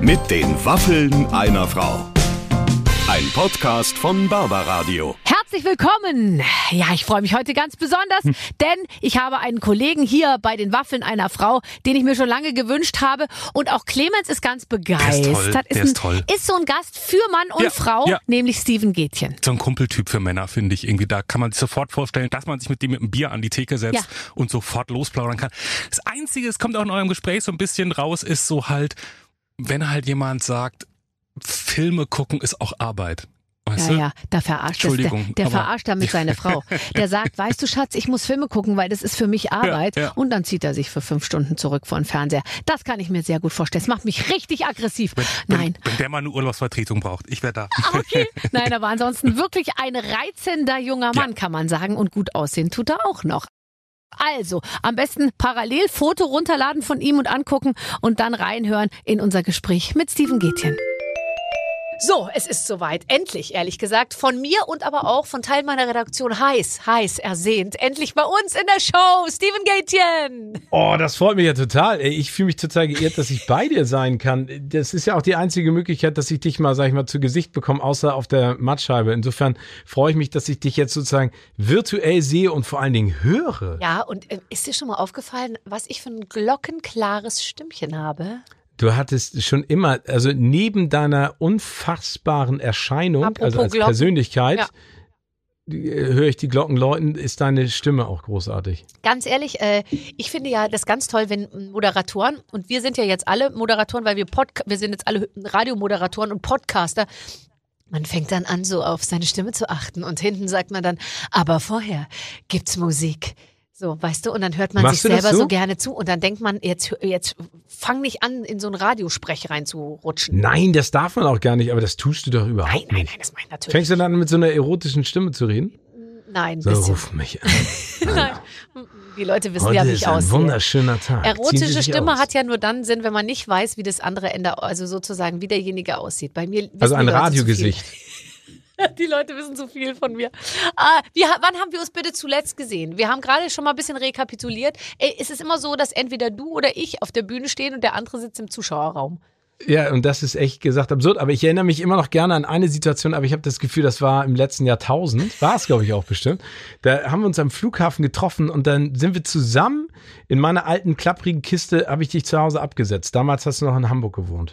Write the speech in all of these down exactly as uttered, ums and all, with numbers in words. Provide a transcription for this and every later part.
Mit den Waffeln einer Frau. Ein Podcast von Barbaradio. Herzlich willkommen. Ja, ich freue mich heute ganz besonders, hm. denn ich habe einen Kollegen hier bei den Waffeln einer Frau, den ich mir schon lange gewünscht habe. Und auch Clemens ist ganz begeistert. Der ist toll. Der ist, ist, toll. Ist so ein Gast für Mann und ja, Frau, ja. nämlich Steven Gätjen. So ein Kumpeltyp für Männer, finde ich irgendwie. Da kann man sich sofort vorstellen, dass man sich mit dem mit einem Bier an die Theke setzt ja. und sofort losplaudern kann. Das Einzige, es kommt auch in eurem Gespräch so ein bisschen raus, ist so halt, wenn halt jemand sagt, Filme gucken ist auch Arbeit. Weißt ja, du? ja, da verarscht es. Der, der verarscht damit seine Frau. Der sagt, weißt du, Schatz, ich muss Filme gucken, weil das ist für mich Arbeit. Ja, ja. Und dann zieht er sich für fünf Stunden zurück vor den Fernseher. Das kann ich mir sehr gut vorstellen. Das macht mich richtig aggressiv. Wenn, Nein. Wenn, wenn der mal eine Urlaubsvertretung braucht, ich wäre da. Okay. Nein, aber ansonsten wirklich ein reizender junger Mann, ja. kann man sagen. Und gut aussehen tut er auch noch. Also, am besten parallel Foto runterladen von ihm und angucken und dann reinhören in unser Gespräch mit Steven Gätjen. So, es ist soweit. Endlich, ehrlich gesagt. Von mir und aber auch von Teilen meiner Redaktion heiß, heiß ersehnt. Endlich bei uns in der Show, Steven Gätjen. Oh, das freut mich ja total. Ich fühle mich total geehrt, dass ich bei dir sein kann. Das ist ja auch die einzige Möglichkeit, dass ich dich mal, sag ich mal, zu Gesicht bekomme, außer auf der Mattscheibe. Insofern freue ich mich, dass ich dich jetzt sozusagen virtuell sehe und vor allen Dingen höre. Ja, und äh, ist dir schon mal aufgefallen, was ich für ein glockenklares Stimmchen habe? Du hattest schon immer, also neben deiner unfassbaren Erscheinung, Apropos also als Glocken. Persönlichkeit, ja. höre ich die Glocken läuten, ist deine Stimme auch großartig. Ganz ehrlich, äh, ich finde ja das ganz toll, wenn Moderatoren, und wir sind ja jetzt alle Moderatoren, weil wir, Pod, wir sind jetzt alle Radiomoderatoren und Podcaster, man fängt dann an, so auf seine Stimme zu achten und hinten sagt man dann, aber vorher gibt's Musik. So, weißt du, und dann hört man Machst sich selber so? so gerne zu und dann denkt man, jetzt, jetzt fang nicht an, in so einen Radiosprech reinzurutschen. Nein, das darf man auch gar nicht, aber das tust du doch überhaupt nein, nicht. Nein, nein, nein, das meine ich natürlich. Fängst du dann an, mit so einer erotischen Stimme zu reden? Nein, so, bisschen. Ruf mich an. Nein, die Leute wissen Heute ja, wie ich aussehe. Ist ein wunderschöner Tag. Erotische Stimme aus. Hat ja nur dann Sinn, wenn man nicht weiß, wie das andere Ende, also sozusagen, wie derjenige aussieht. Bei mir also ein Radiogesicht. Die Leute wissen so viel von mir. Ah, wir, wann haben wir uns bitte zuletzt gesehen? Wir haben gerade schon mal ein bisschen rekapituliert. Ey, es ist immer so, dass entweder du oder ich auf der Bühne stehen und der andere sitzt im Zuschauerraum. Ja, und das ist echt gesagt absurd. Aber ich erinnere mich immer noch gerne an eine Situation, aber ich habe das Gefühl, das war im letzten Jahrtausend. War es, glaube ich, auch bestimmt. Da haben wir uns am Flughafen getroffen und dann sind wir zusammen in meiner alten, klapprigen Kiste, habe ich dich zu Hause abgesetzt. Damals hast du noch in Hamburg gewohnt.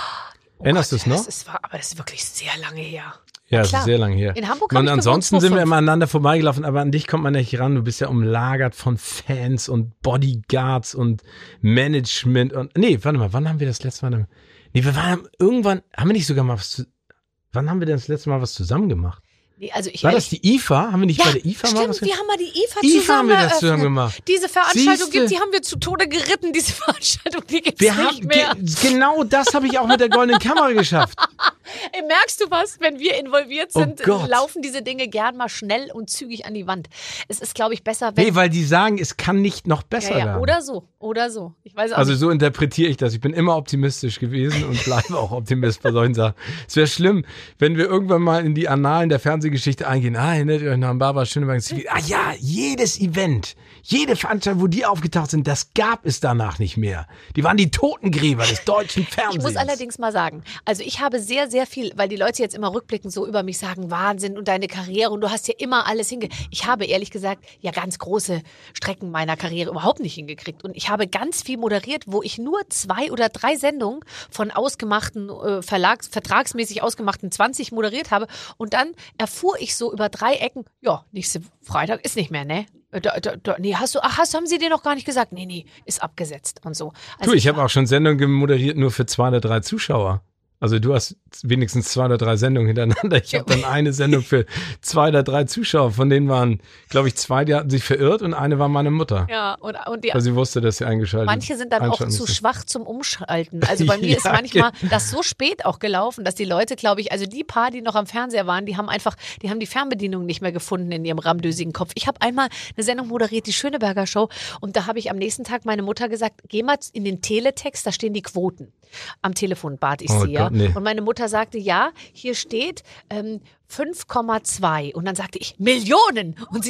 Oh Erinnerst du es noch? Das ist, aber das ist wirklich sehr lange her. Ja, das ist sehr lange her. In Hamburg und ansonsten sind wir immer aneinander vorbeigelaufen, aber an dich kommt man nicht ran. Du bist ja umlagert von Fans und Bodyguards und Management und nee, warte mal, wann haben wir das letzte Mal? Nee, wir waren irgendwann, haben wir nicht sogar mal was zu, wann haben wir denn das letzte Mal was zusammen gemacht? Nee, also ich war das die I F A? Haben wir nicht ja, bei der I F A stimmt, mal was wir haben mal die I F A, I F A zusammen haben wir das zusammen gemacht. Diese Veranstaltung Siehste? gibt, die haben wir zu Tode geritten, diese Veranstaltung, die gibt's wir nicht haben, mehr. Ge- genau das habe ich auch mit der goldenen Kamera geschafft. Ey, merkst du was? Wenn wir involviert sind, oh laufen diese Dinge gern mal schnell und zügig an die Wand. Es ist, glaube ich, besser, wenn... Nee, weil die sagen, es kann nicht noch besser ja, ja, werden. Oder so, oder so. Ich weiß auch also nicht. so interpretiere ich das. Ich bin immer optimistisch gewesen und bleibe auch Optimist bei solchen Sachen. Es wäre schlimm, wenn wir irgendwann mal in die Annalen der Fernsehgeschichte eingehen. Ah, erinnert ihr euch noch an Barbara Schöneberg? Ah ja, jedes Event, jede Veranstaltung, wo die aufgetaucht sind, das gab es danach nicht mehr. Die waren die Totengräber des deutschen Fernsehens. Ich muss allerdings mal sagen, also ich habe sehr, sehr viel, weil die Leute jetzt immer rückblickend so über mich sagen, Wahnsinn und deine Karriere und du hast ja immer alles hingekriegt. Ich habe ehrlich gesagt ja ganz große Strecken meiner Karriere überhaupt nicht hingekriegt und ich habe ganz viel moderiert, wo ich nur zwei oder drei Sendungen von ausgemachten, äh, Verlags, vertragsmäßig ausgemachten zwanzig moderiert habe und dann erfuhr ich so über drei Ecken, ja, nächste Freitag ist nicht mehr, ne? Da, da, da, nee, hast du, ach, hast, haben sie dir noch gar nicht gesagt? Nee, nee, ist abgesetzt und so. Also du, ich, ich habe auch schon Sendungen moderiert nur für zwei oder drei Zuschauer. Also du hast wenigstens zwei oder drei Sendungen hintereinander. Ich habe dann eine Sendung für zwei oder drei Zuschauer. Von denen waren, glaube ich, zwei, die hatten sich verirrt und eine war meine Mutter. Ja, und, und die, weil sie wusste, dass sie eingeschaltet manche sind dann auch zu schwach zum Umschalten. Also bei mir ja, ist manchmal okay. das so spät auch gelaufen, dass die Leute, glaube ich, also die paar, die noch am Fernseher waren, die haben einfach, die haben die Fernbedienung nicht mehr gefunden in ihrem ramdösigen Kopf. Ich habe einmal eine Sendung moderiert, die Schöneberger Show, und da habe ich am nächsten Tag meine Mutter gesagt, geh mal in den Teletext, da stehen die Quoten. Am Telefon bat ich oh sie, Gott, ja. Nee. Und meine Mutter sagte, ja, hier steht ähm, fünf Komma zwei. Und dann sagte ich, Millionen. Und sie so,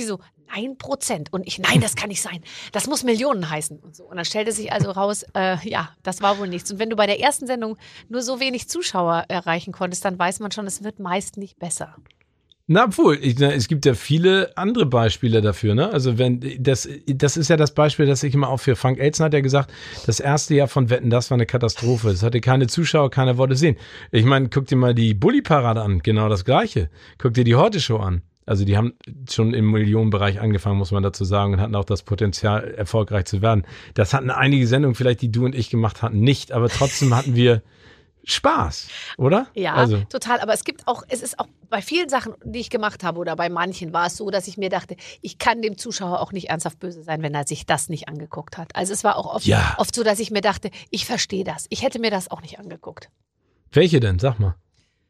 Ein Prozent. Und ich, nein, das kann nicht sein. Das muss Millionen heißen. Und so. Und dann stellte sich also raus, äh, ja, das war wohl nichts. Und wenn du bei der ersten Sendung nur so wenig Zuschauer erreichen konntest, dann weiß man schon, es wird meist nicht besser. Na, obwohl, ich, na, es gibt ja viele andere Beispiele dafür, ne? Also wenn, das, das ist ja das Beispiel, das ich immer aufführe. Frank Elstner hat ja gesagt, das erste Jahr von Wetten, das war eine Katastrophe. Es hatte keine Zuschauer, keiner wollte sehen. Ich meine, guck dir mal die Bulli-Parade an, genau das Gleiche. Guck dir die Heute-Show an. Also die haben schon im Millionenbereich angefangen, muss man dazu sagen, und hatten auch das Potenzial, erfolgreich zu werden. Das hatten einige Sendungen, vielleicht die du und ich gemacht hatten, nicht, aber trotzdem hatten wir Spaß, oder? Ja, also. Total. Aber es gibt auch, es ist auch bei vielen Sachen, die ich gemacht habe oder bei manchen war es so, dass ich mir dachte, ich kann dem Zuschauer auch nicht ernsthaft böse sein, wenn er sich das nicht angeguckt hat. Also es war auch oft, ja. oft so, dass ich mir dachte, ich verstehe das. Ich hätte mir das auch nicht angeguckt. Welche denn? Sag mal.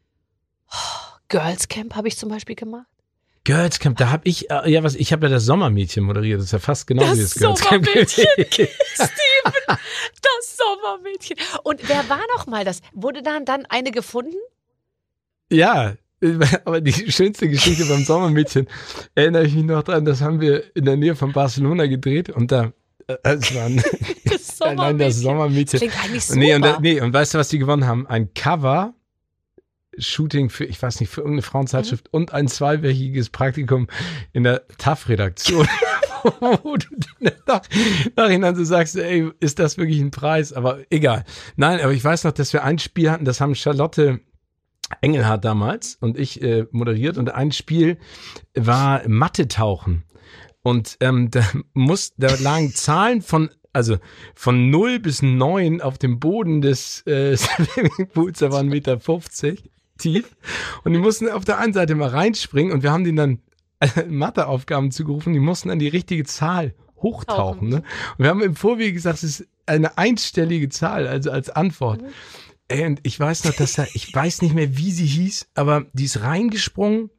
Girls Camp habe ich zum Beispiel gemacht. Girls Camp, da habe ich, äh, ja was, ich habe ja das Sommermädchen moderiert, das ist ja fast genau das wie das Girls Camp. Sommermädchen, Steven, das Sommermädchen. Und wer war noch mal das? Wurde dann dann eine gefunden? Ja, aber die schönste Geschichte beim Sommermädchen, erinnere ich mich noch dran, das haben wir in der Nähe von Barcelona gedreht und da, äh, es war ein, das allein das Sommermädchen. Klingt eigentlich super. Nee und, da, nee, und weißt du, was die gewonnen haben? Ein Cover Shooting für, ich weiß nicht, für irgendeine Frauenzeitschrift mhm. und ein zweiwöchiges Praktikum in der T A F-Redaktion, wo du dann nach, nachhinein so sagst, ey, ist das wirklich ein Preis? Aber egal. Nein, aber ich weiß noch, dass wir ein Spiel hatten, das haben Charlotte Engelhardt damals und ich äh, moderiert und ein Spiel war Mathe-Tauchen. Und ähm, da, muss, da lagen Zahlen von Also von null bis neun auf dem Boden des äh, Swimmingpools, da waren eins Meter fünfzig tief. Und die mussten auf der einen Seite mal reinspringen und wir haben denen dann äh, Matheaufgaben zugerufen, die mussten dann die richtige Zahl hochtauchen. Ne? Und wir haben im Vorwege gesagt, es ist eine einstellige Zahl, also als Antwort. Mhm. Ey, und ich weiß noch, dass da, ich weiß nicht mehr, wie sie hieß, aber die ist reingesprungen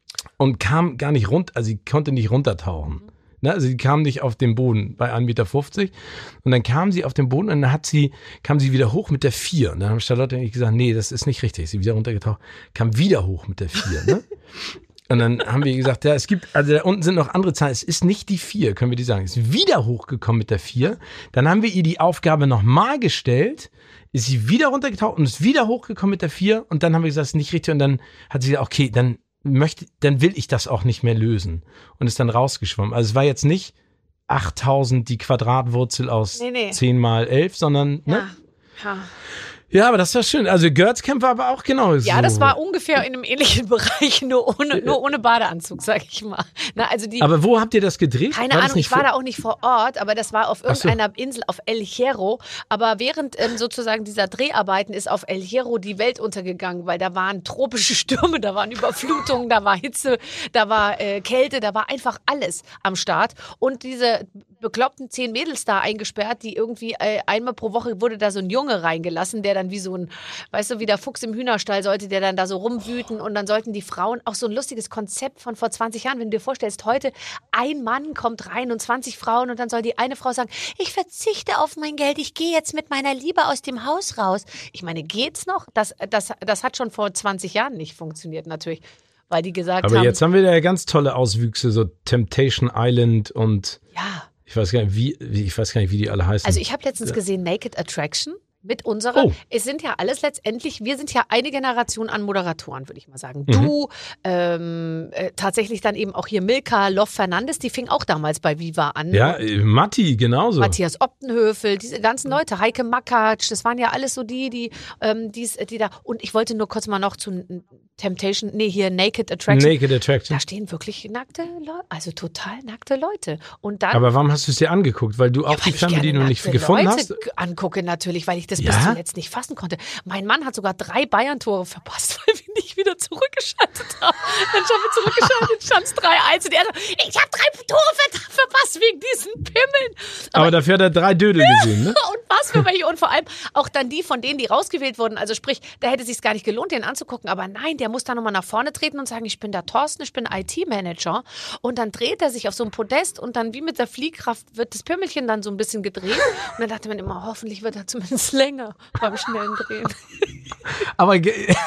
und kam gar nicht runter, also sie konnte nicht runtertauchen. Mhm. Ne, also sie kam nicht auf den Boden bei eins Meter fünfzig und dann kam sie auf den Boden und dann hat sie, kam sie wieder hoch mit der vier. Und dann haben Charlotte und ich gesagt, nee, das ist nicht richtig. Sie wieder runtergetaucht, kam wieder hoch mit der vier. Ne? Und dann haben wir gesagt, ja, es gibt, also da unten sind noch andere Zahlen, es ist nicht die vier, können wir die sagen. Es ist wieder hochgekommen mit der vier. Dann haben wir ihr die Aufgabe nochmal gestellt, ist sie wieder runtergetaucht und ist wieder hochgekommen mit der vier. Und dann haben wir gesagt, es ist nicht richtig. Und dann hat sie gesagt, okay, dann möchte, dann will ich das auch nicht mehr lösen und ist dann rausgeschwommen. Also es war jetzt nicht achttausend die Quadratwurzel aus nee, nee. zehn mal elf, sondern ja. ne? Ja. Ja, aber das war schön. Also Girls Camp war aber auch genau so. Ja, das war ungefähr in einem ähnlichen Bereich, nur ohne, nur ohne Badeanzug, sag ich mal. Na, also die, aber wo habt ihr das gedreht? Keine war Ahnung, ich war vor- da auch nicht vor Ort, aber das war auf irgendeiner so. Insel, auf El Hierro. Aber während ähm, sozusagen dieser Dreharbeiten ist auf El Hierro die Welt untergegangen, weil da waren tropische Stürme, da waren Überflutungen, da war Hitze, da war äh, Kälte, da war einfach alles am Start. Und diese bekloppten zehn Mädels da eingesperrt, die irgendwie äh, einmal pro Woche wurde da so ein Junge reingelassen, der dann wie so ein, weißt du, wie der Fuchs im Hühnerstall sollte, der dann da so rumwüten und dann sollten die Frauen, auch so ein lustiges Konzept von vor zwanzig Jahren, wenn du dir vorstellst, heute ein Mann kommt rein und zwanzig Frauen und dann soll die eine Frau sagen, ich verzichte auf mein Geld, ich gehe jetzt mit meiner Liebe aus dem Haus raus. Ich meine, geht's noch? Das, das, das hat schon vor zwanzig Jahren nicht funktioniert natürlich, weil die gesagt aber haben. Aber jetzt haben wir da ja ganz tolle Auswüchse, so Temptation Island und ja. ich weiß gar nicht, wie, ich weiß gar nicht, wie die alle heißen. Also ich habe letztens gesehen Naked Attraction. Mit unserer, oh. es sind ja alles letztendlich, wir sind ja eine Generation an Moderatoren, würde ich mal sagen. Mhm. Du, ähm, äh, tatsächlich dann eben auch hier Milka Love Fernandes, die fing auch damals bei Viva an. Ja, äh, Matti, genauso. Matthias Optenhöfel, diese ganzen Leute, Heike Makatsch, das waren ja alles so die, die, ähm, die's, die da, und ich wollte nur kurz mal noch zu Temptation, nee, hier Naked Attraction. Naked Attraction. Da stehen wirklich nackte Leute, also total nackte Leute. Und dann, aber warum hast du es dir angeguckt? Weil du auch ja, die Fernbedienung nicht nackte gefunden Leute hast? Angucke natürlich, weil ich das Ja? bis zuletzt nicht fassen konnte. Mein Mann hat sogar drei Bayern-Tore verpasst, weil wir nicht wieder zurückgeschaltet haben. Dann haben wir zurückgeschaltet, stand es drei eins und er so, ich habe drei Tore ver verpasst wegen diesen Pimmeln. Aber, aber dafür hat er drei Dödel gesehen, ne? Und was für welche und vor allem auch dann die von denen, die rausgewählt wurden. Also sprich, da hätte es sich gar nicht gelohnt, den anzugucken. Aber nein, der muss da nochmal nach vorne treten und sagen, ich bin der Thorsten, ich bin I T-Manager. Und dann dreht er sich auf so ein Podest und dann wie mit der Fliehkraft wird das Pimmelchen dann so ein bisschen gedreht. Und dann dachte man immer, hoffentlich wird er zumindest länger beim schnellen Drehen. Aber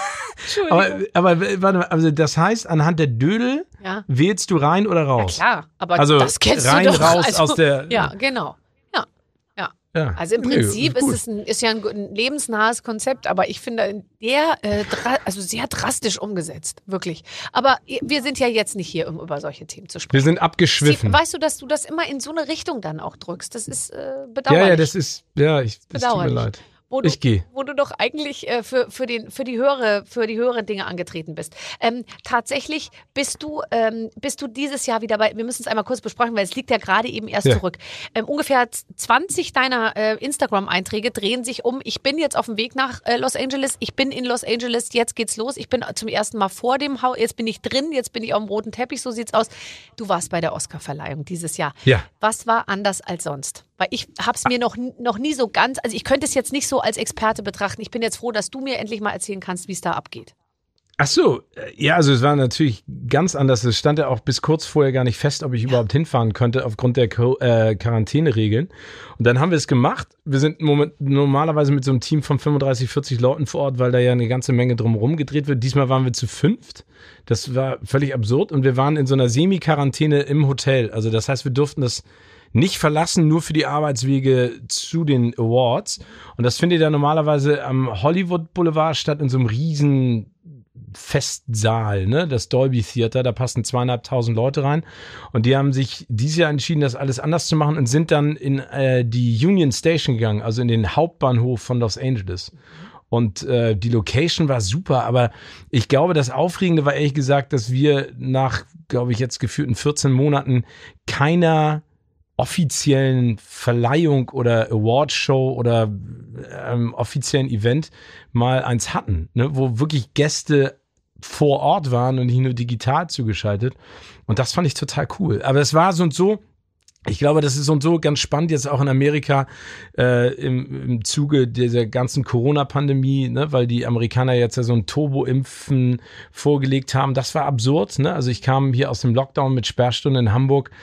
aber, aber warte mal, also das heißt, anhand der Dödel ja. wählst du rein oder raus? Ja, klar, aber also das kennst rein, du doch. raus Also, aus der... Ja, genau. Ja, ja. ja. Also im Prinzip Nö, ist es ein, ist ja ein, ein lebensnahes Konzept, aber ich finde der äh, dra- also sehr drastisch umgesetzt, wirklich. Aber wir sind ja jetzt nicht hier, um über solche Themen zu sprechen. Wir sind abgeschwiffen. Sie, weißt du, dass du das immer in so eine Richtung dann auch drückst? Das ist äh, bedauerlich. Ja, ja, das ist, ja, ich, das tut mir leid. Wo du, ich gehe. Wo du doch eigentlich äh, für, für, den, für, die höhere, für die höheren Dinge angetreten bist. Ähm, tatsächlich bist du, ähm, bist du dieses Jahr wieder bei, wir müssen es einmal kurz besprechen, weil es liegt ja gerade eben erst ja. zurück. Ähm, ungefähr zwanzig deiner äh, Instagram-Einträge drehen sich um, ich bin jetzt auf dem Weg nach äh, Los Angeles, ich bin in Los Angeles, jetzt geht's los, ich bin zum ersten Mal vor dem Haus, jetzt bin ich drin, jetzt bin ich auf dem roten Teppich, so sieht's aus. Du warst bei der Oscar-Verleihung dieses Jahr. Ja. Was war anders als sonst? Weil ich habe es mir noch, noch nie so ganz, also ich könnte es jetzt nicht so als Experte betrachten. Ich bin jetzt froh, dass du mir endlich mal erzählen kannst, wie es da abgeht. Ach so, ja, also es war natürlich ganz anders. Es stand ja auch bis kurz vorher gar nicht fest, ob ich ja. überhaupt hinfahren könnte aufgrund der Co- äh, Quarantäneregeln. Und dann haben wir es gemacht. Wir sind moment, normalerweise mit so einem Team von fünfunddreißig, vierzig Leuten vor Ort, weil da ja eine ganze Menge drumherum gedreht wird. Diesmal waren wir zu fünft. Das war völlig absurd. Und wir waren in so einer Semi-Quarantäne im Hotel. Also das heißt, wir durften das nicht verlassen, nur für die Arbeitswege zu den Awards. Und das findet ja normalerweise am Hollywood Boulevard statt, in so einem riesen Festsaal, ne? Das Dolby Theater, da passen zweieinhalbtausend Leute rein. Und die haben sich dieses Jahr entschieden, das alles anders zu machen und sind dann in äh, die Union Station gegangen, also in den Hauptbahnhof von Los Angeles. Und äh, die Location war super, aber ich glaube, das Aufregende war ehrlich gesagt, dass wir nach, glaube ich, jetzt geführten vierzehn Monaten keiner offiziellen Verleihung oder Awardshow oder ähm, offiziellen Event mal eins hatten, ne, wo wirklich Gäste vor Ort waren und nicht nur digital zugeschaltet. Und das fand ich total cool. Aber es war so und so, ich glaube, das ist so und so ganz spannend jetzt auch in Amerika äh, im, im Zuge dieser ganzen Corona-Pandemie, ne, weil die Amerikaner jetzt ja so ein Turbo-Impfen vorgelegt haben. Das war absurd, ne? Also ich kam hier aus dem Lockdown mit Sperrstunden in Hamburg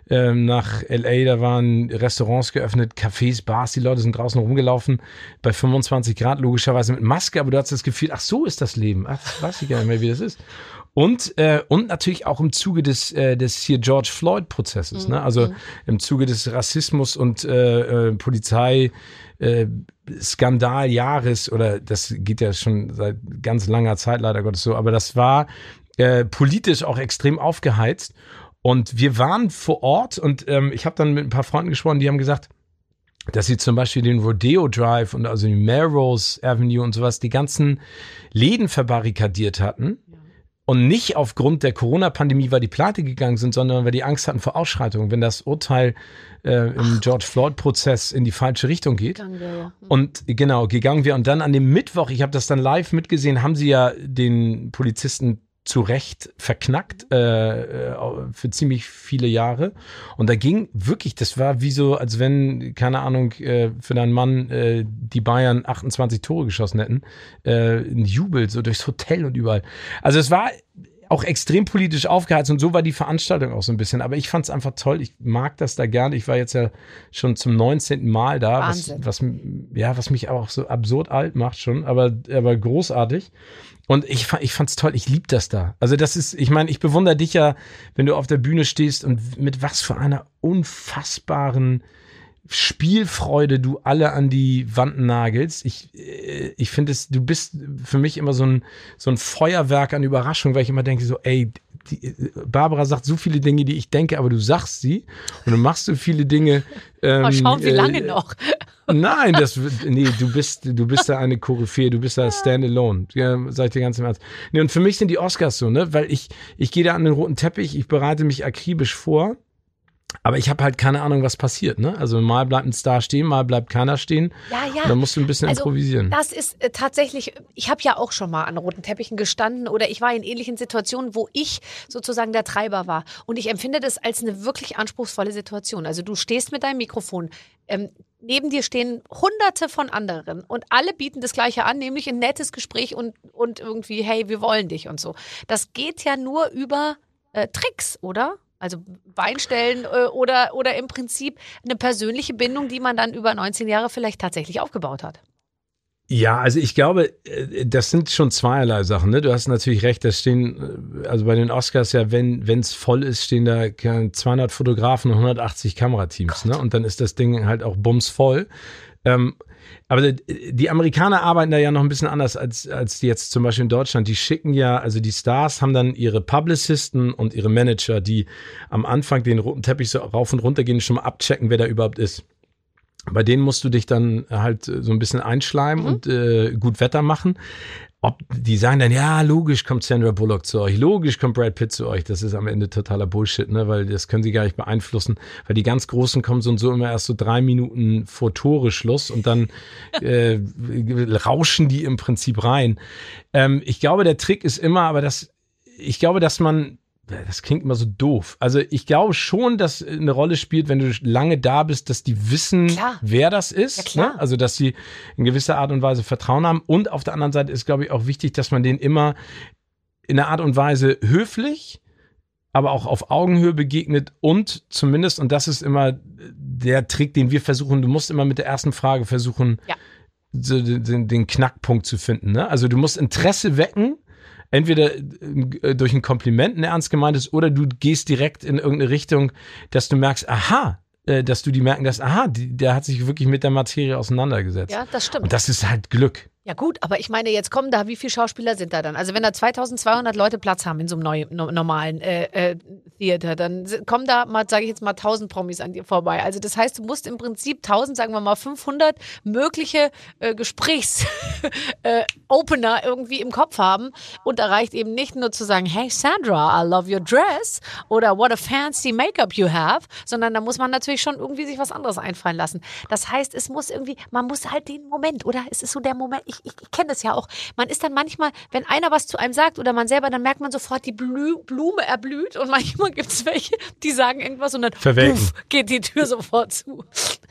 nach L A, da waren Restaurants geöffnet, Cafés, Bars, die Leute sind draußen rumgelaufen bei fünfundzwanzig Grad, logischerweise mit Maske, aber du hast das Gefühl, ach so ist das Leben, ach, weiß ich gar nicht mehr, wie das ist. Und, äh, und natürlich auch im Zuge des, äh, des hier George Floyd-Prozesses, mhm. ne? Also im Zuge des Rassismus und äh, äh, Polizei äh, Skandaljahres, oder das geht ja schon seit ganz langer Zeit leider Gottes so, aber das war äh, politisch auch extrem aufgeheizt. Und wir waren vor Ort und ähm, ich habe dann mit ein paar Freunden gesprochen, die haben gesagt, dass sie zum Beispiel den Rodeo Drive und also die Melrose Avenue und sowas, die ganzen Läden verbarrikadiert hatten. Ja. Und nicht aufgrund der Corona-Pandemie, weil die pleite gegangen sind, sondern weil die Angst hatten vor Ausschreitungen, wenn das Urteil äh, im Ach. George Floyd-Prozess in die falsche Richtung geht. Gegangen wäre, ja. Und genau, gegangen wäre. Und dann an dem Mittwoch, ich habe das dann live mitgesehen, haben sie ja den Polizisten zu Recht verknackt äh, für ziemlich viele Jahre. Und da ging wirklich, das war wie so, als wenn, keine Ahnung, äh, für deinen Mann äh, die Bayern achtundzwanzig Tore geschossen hätten. Äh, ein Jubel, so durchs Hotel und überall. Also es war auch extrem politisch aufgeheizt und so war die Veranstaltung auch so ein bisschen. Aber ich fand es einfach toll. Ich mag das da gerne. Ich war jetzt ja schon zum neunzehnten Mal da, was, was, ja, was mich auch so absurd alt macht schon, aber, aber großartig. Und ich, ich fand's toll, ich lieb das da. Also das ist, ich meine, ich bewundere dich ja, wenn du auf der Bühne stehst und mit was für einer unfassbaren Spielfreude du alle an die Wand nagelst. Ich, ich finde es, du bist für mich immer so ein, so ein Feuerwerk an Überraschung, weil ich immer denke so, ey, die, Barbara sagt so viele Dinge, die ich denke, aber du sagst sie und du machst so viele Dinge. Ähm, Mal schauen, wie äh, lange noch. Nein, das, nee, du bist, du bist da eine Koryphäe, du bist da Standalone, ja, sag ich dir ganz im Ernst. Nee, und für mich sind die Oscars so, ne, weil ich, ich gehe da an den roten Teppich, ich bereite mich akribisch vor. Aber ich habe halt keine Ahnung, was passiert, ne? Also mal bleibt ein Star stehen, mal bleibt keiner stehen. Ja, ja. Dann musst du ein bisschen also, improvisieren. Das ist äh, tatsächlich, ich habe ja auch schon mal an roten Teppichen gestanden oder ich war in ähnlichen Situationen, wo ich sozusagen der Treiber war. Und ich empfinde das als eine wirklich anspruchsvolle Situation. Also du stehst mit deinem Mikrofon, ähm, neben dir stehen hunderte von anderen und alle bieten das Gleiche an, nämlich ein nettes Gespräch und, und irgendwie, hey, wir wollen dich und so. Das geht ja nur über äh, Tricks, oder? Also Beinstellen äh, oder, oder im Prinzip eine persönliche Bindung, die man dann über neunzehn Jahre vielleicht tatsächlich aufgebaut hat. Ja, also ich glaube, das sind schon zweierlei Sachen. Ne? Du hast natürlich recht, da stehen, also bei den Oscars ja, wenn es voll ist, stehen da zweihundert Fotografen und hundertachtzig Kamerateams. Ne? Und dann ist das Ding halt auch bumsvoll. Ähm, aber die Amerikaner arbeiten da ja noch ein bisschen anders als, als die jetzt zum Beispiel in Deutschland. Die schicken ja, also die Stars haben dann ihre Publicisten und ihre Manager, die am Anfang den roten Teppich so rauf und runter gehen, schon mal abchecken, wer da überhaupt ist. Bei denen musst du dich dann halt so ein bisschen einschleimen mhm. und äh, gut Wetter machen. Ob die sagen dann, ja, logisch kommt Sandra Bullock zu euch, logisch kommt Brad Pitt zu euch. Das ist am Ende totaler Bullshit, ne, weil das können sie gar nicht beeinflussen, weil die ganz Großen kommen so und so immer erst so drei Minuten vor Tore-Schluss und dann äh, rauschen die im Prinzip rein. Ähm, ich glaube, der Trick ist immer, aber das, ich glaube, dass man das klingt immer so doof. Also ich glaube schon, dass eine Rolle spielt, wenn du lange da bist, dass die wissen, klar. wer das ist. Ja, klar. Ne? Also dass sie in gewisser Art und Weise Vertrauen haben. Und auf der anderen Seite ist, glaube ich, auch wichtig, dass man denen immer in einer Art und Weise höflich, aber auch auf Augenhöhe begegnet und zumindest, und das ist immer der Trick, den wir versuchen, du musst immer mit der ersten Frage versuchen, ja. so den, den Knackpunkt zu finden. Ne? Also du musst Interesse wecken, entweder durch ein Kompliment, ein ernst gemeintes, oder du gehst direkt in irgendeine Richtung, dass du merkst, aha, dass du die merken, dass, aha, die, der hat sich wirklich mit der Materie auseinandergesetzt. Ja, das stimmt. Und das ist halt Glück. Ja gut, aber ich meine, jetzt kommen da, wie viele Schauspieler sind da dann? Also wenn da zweitausendzweihundert Leute Platz haben in so einem neu, no, normalen äh, äh, Theater, dann kommen da mal, sage ich jetzt mal, tausend Promis an dir vorbei. Also das heißt, du musst im Prinzip tausend, sagen wir mal fünfhundert mögliche äh, Gesprächs-Opener äh, irgendwie im Kopf haben. Und da reicht eben nicht nur zu sagen, hey Sandra, I love your dress oder what a fancy makeup you have, sondern da muss man natürlich schon irgendwie sich was anderes einfallen lassen. Das heißt, es muss irgendwie, man muss halt den Moment, oder? Es ist so der Moment, ich, ich, ich kenne das ja auch. Man ist dann manchmal, wenn einer was zu einem sagt oder man selber, dann merkt man sofort, die Blü- Blume erblüht und manchmal gibt es welche, die sagen irgendwas und dann puff, geht die Tür sofort zu.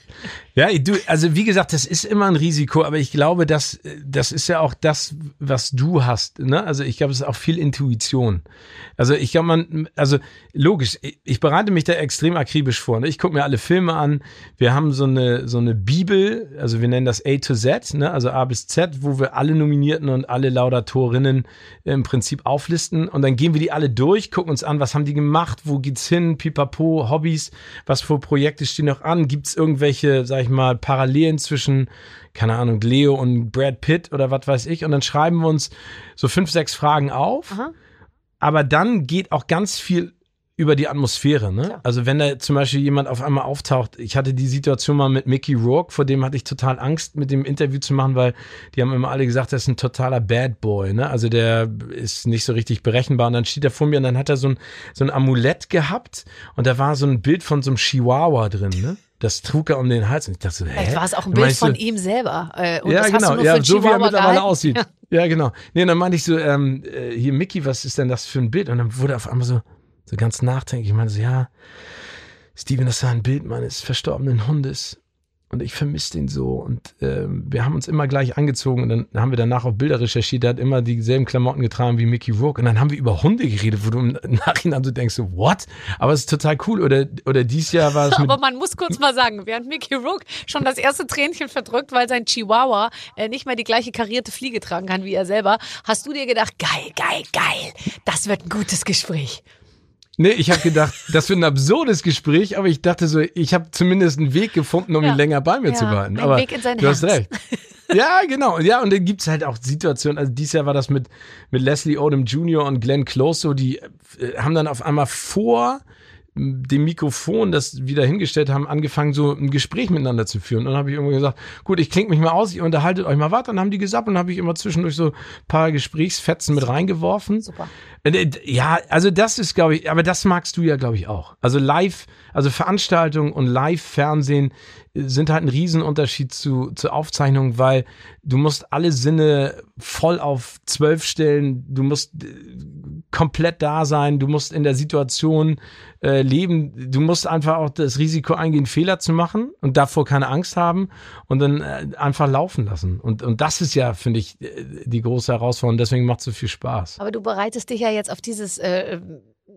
Ja, du, also wie gesagt, das ist immer ein Risiko, aber ich glaube, dass das ist ja auch das, was du hast, ne? Also ich glaube, es ist auch viel Intuition. Also ich glaube, man, also logisch, ich bereite mich da extrem akribisch vor, ne? Ich gucke mir alle Filme an. Wir haben so eine so eine Bibel, also wir nennen das A to Z, ne? Also A bis Z, wo wir alle Nominierten und alle Laudatorinnen im Prinzip auflisten und dann gehen wir die alle durch, gucken uns an, was haben die gemacht, wo geht's hin, pipapo, Hobbys, was für Projekte stehen noch an, gibt's irgendwelche, sag ich mal, Parallelen zwischen, keine Ahnung, Leo und Brad Pitt oder was weiß ich. Und dann schreiben wir uns so fünf, sechs Fragen auf. Aha. Aber dann geht auch ganz viel über die Atmosphäre. Ne? Also wenn da zum Beispiel jemand auf einmal auftaucht, ich hatte die Situation mal mit Mickey Rourke, vor dem hatte ich total Angst, mit dem Interview zu machen, weil die haben immer alle gesagt, das ist ein totaler Bad Boy. Ne? Also der ist nicht so richtig berechenbar. Und dann steht er vor mir und dann hat er so ein, so ein Amulett gehabt und da war so ein Bild von so einem Chihuahua drin, ne? Das trug er um den Hals. Und ich dachte so, hä? Vielleicht war es auch ein Bild von ihm selber. Äh, und ja, das genau. Hast du nur ja, für so wie er mittlerweile gehalten. aussieht. Ja. ja, genau. Nee, und dann meinte ich so, ähm, hier, Mickey, was ist denn das für ein Bild? Und dann wurde er auf einmal so, so ganz nachdenklich. Ich meinte so, ja, Steven, das ist ein Bild meines verstorbenen Hundes. Und ich vermisse den so. Und ähm, wir haben uns immer gleich angezogen. Und dann haben wir danach auch Bilder recherchiert. Der hat immer dieselben Klamotten getragen wie Mickey Rourke. Und dann haben wir über Hunde geredet, wo du im Nachhinein so denkst, so, what? Aber es ist total cool. Oder, oder dieses Jahr war es mit... Aber man muss kurz mal sagen, während Mickey Rourke schon das erste Tränchen verdrückt, weil sein Chihuahua äh, nicht mehr die gleiche karierte Fliege tragen kann wie er selber, hast du dir gedacht, geil, geil, geil. Das wird ein gutes Gespräch. Nee, ich habe gedacht, das wird ein absurdes Gespräch, aber ich dachte so, ich habe zumindest einen Weg gefunden, um ja. ihn länger bei mir ja, zu behalten. Ein aber Weg in sein du Herz. hast recht. Ja, genau. Ja, und dann gibt's halt auch Situationen, also dieses Jahr war das mit, mit Leslie Odom Junior und Glenn Close so, die äh, haben dann auf einmal vor dem Mikrofon, das wieder hingestellt haben, angefangen, so ein Gespräch miteinander zu führen. Und dann habe ich irgendwann gesagt, gut, ich klinge mich mal aus, ihr unterhaltet euch mal weiter. Und dann haben die gesagt und dann habe ich immer zwischendurch so ein paar Gesprächsfetzen mit reingeworfen. Super. Ja, also das ist, glaube ich, aber das magst du ja, glaube ich, auch. Also live, also Veranstaltungen und Live-Fernsehen sind halt ein Riesenunterschied zu, zu Aufzeichnungen, weil du musst alle Sinne voll auf zwölf stellen, du musst komplett da sein, du musst in der Situation äh, leben, du musst einfach auch das Risiko eingehen, Fehler zu machen und davor keine Angst haben und dann äh, einfach laufen lassen. Und, und das ist ja, finde ich, die große Herausforderung, deswegen macht es so viel Spaß. Aber du bereitest dich ja jetzt auf dieses äh,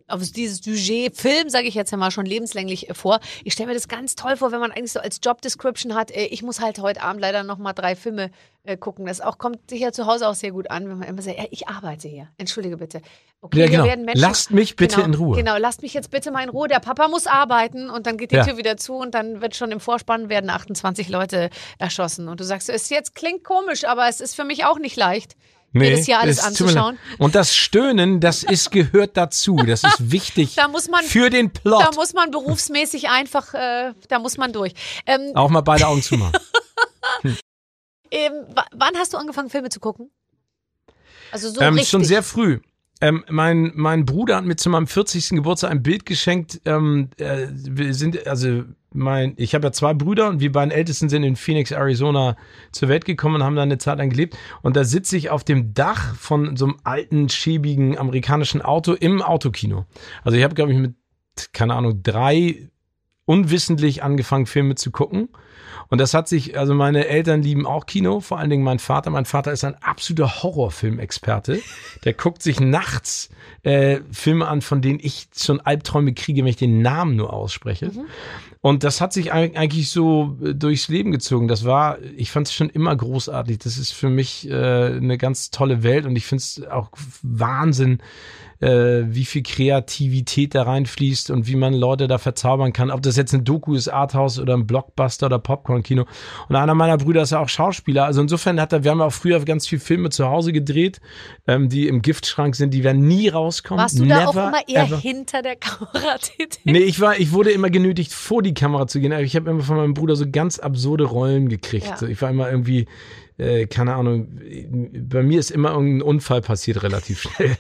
auf dieses Sujet Film, sage ich jetzt ja mal schon lebenslänglich vor. Ich stelle mir das ganz toll vor, wenn man eigentlich so als Job-Description hat, ich muss halt heute Abend leider noch mal drei Filme äh, gucken. Das auch kommt sicher zu Hause auch sehr gut an, wenn man immer sagt, ja, ich arbeite hier. Entschuldige bitte. Okay, ja, genau. wir werden Menschen, lasst mich bitte genau, in Ruhe. Genau, lasst mich jetzt bitte mal in Ruhe. Der Papa muss arbeiten und dann geht die ja. Tür wieder zu und dann wird schon im Vorspann werden achtundzwanzig Leute erschossen. Und du sagst, es jetzt klingt komisch, aber es ist für mich auch nicht leicht. Nee, mir das hier alles anzuschauen. Und das Stöhnen, das ist gehört dazu. Das ist wichtig da muss man, für den Plot. Da muss man berufsmäßig einfach, äh, da muss man durch. Ähm, Auch mal beide Augen zumachen. hm. ähm, w- wann hast du angefangen, Filme zu gucken? Also so ähm, richtig? Schon sehr früh. Ähm, mein, mein Bruder hat mir zu meinem vierzigsten Geburtstag ein Bild geschenkt. Ähm, äh, wir sind, also mein, ich habe ja zwei Brüder und wir beiden Ältesten sind in Phoenix, Arizona zur Welt gekommen und haben da eine Zeit lang gelebt. Und da sitze ich auf dem Dach von so einem alten, schäbigen amerikanischen Auto im Autokino. Also ich habe, glaube ich, mit, keine Ahnung, drei unwissentlich angefangen, Filme zu gucken. Und das hat sich, also meine Eltern lieben auch Kino, vor allen Dingen mein Vater. Mein Vater ist ein absoluter Horrorfilmexperte. Der guckt sich nachts äh, Filme an, von denen ich schon Albträume kriege, wenn ich den Namen nur ausspreche. Mhm. Und das hat sich eigentlich so durchs Leben gezogen. Das war, ich fand es schon immer großartig. Das ist für mich äh, eine ganz tolle Welt und ich finde es auch Wahnsinn, äh, wie viel Kreativität da reinfließt und wie man Leute da verzaubern kann. Ob das jetzt ein Doku ist, Arthouse oder ein Blockbuster oder Popcorn-Kino. Und einer meiner Brüder ist ja auch Schauspieler. Also insofern hat er, wir haben ja auch früher ganz viele Filme zu Hause gedreht, ähm, die im Giftschrank sind, die werden nie rauskommen. Warst du Never, da auch immer eher ever. hinter der Kamera tätig? Nee, ich war, ich wurde immer genötigt, vor die Kamera zu gehen. Ich habe immer von meinem Bruder so ganz absurde Rollen gekriegt. Ja. So, ich war immer irgendwie, äh, keine Ahnung, bei mir ist immer irgendein Unfall passiert relativ schnell.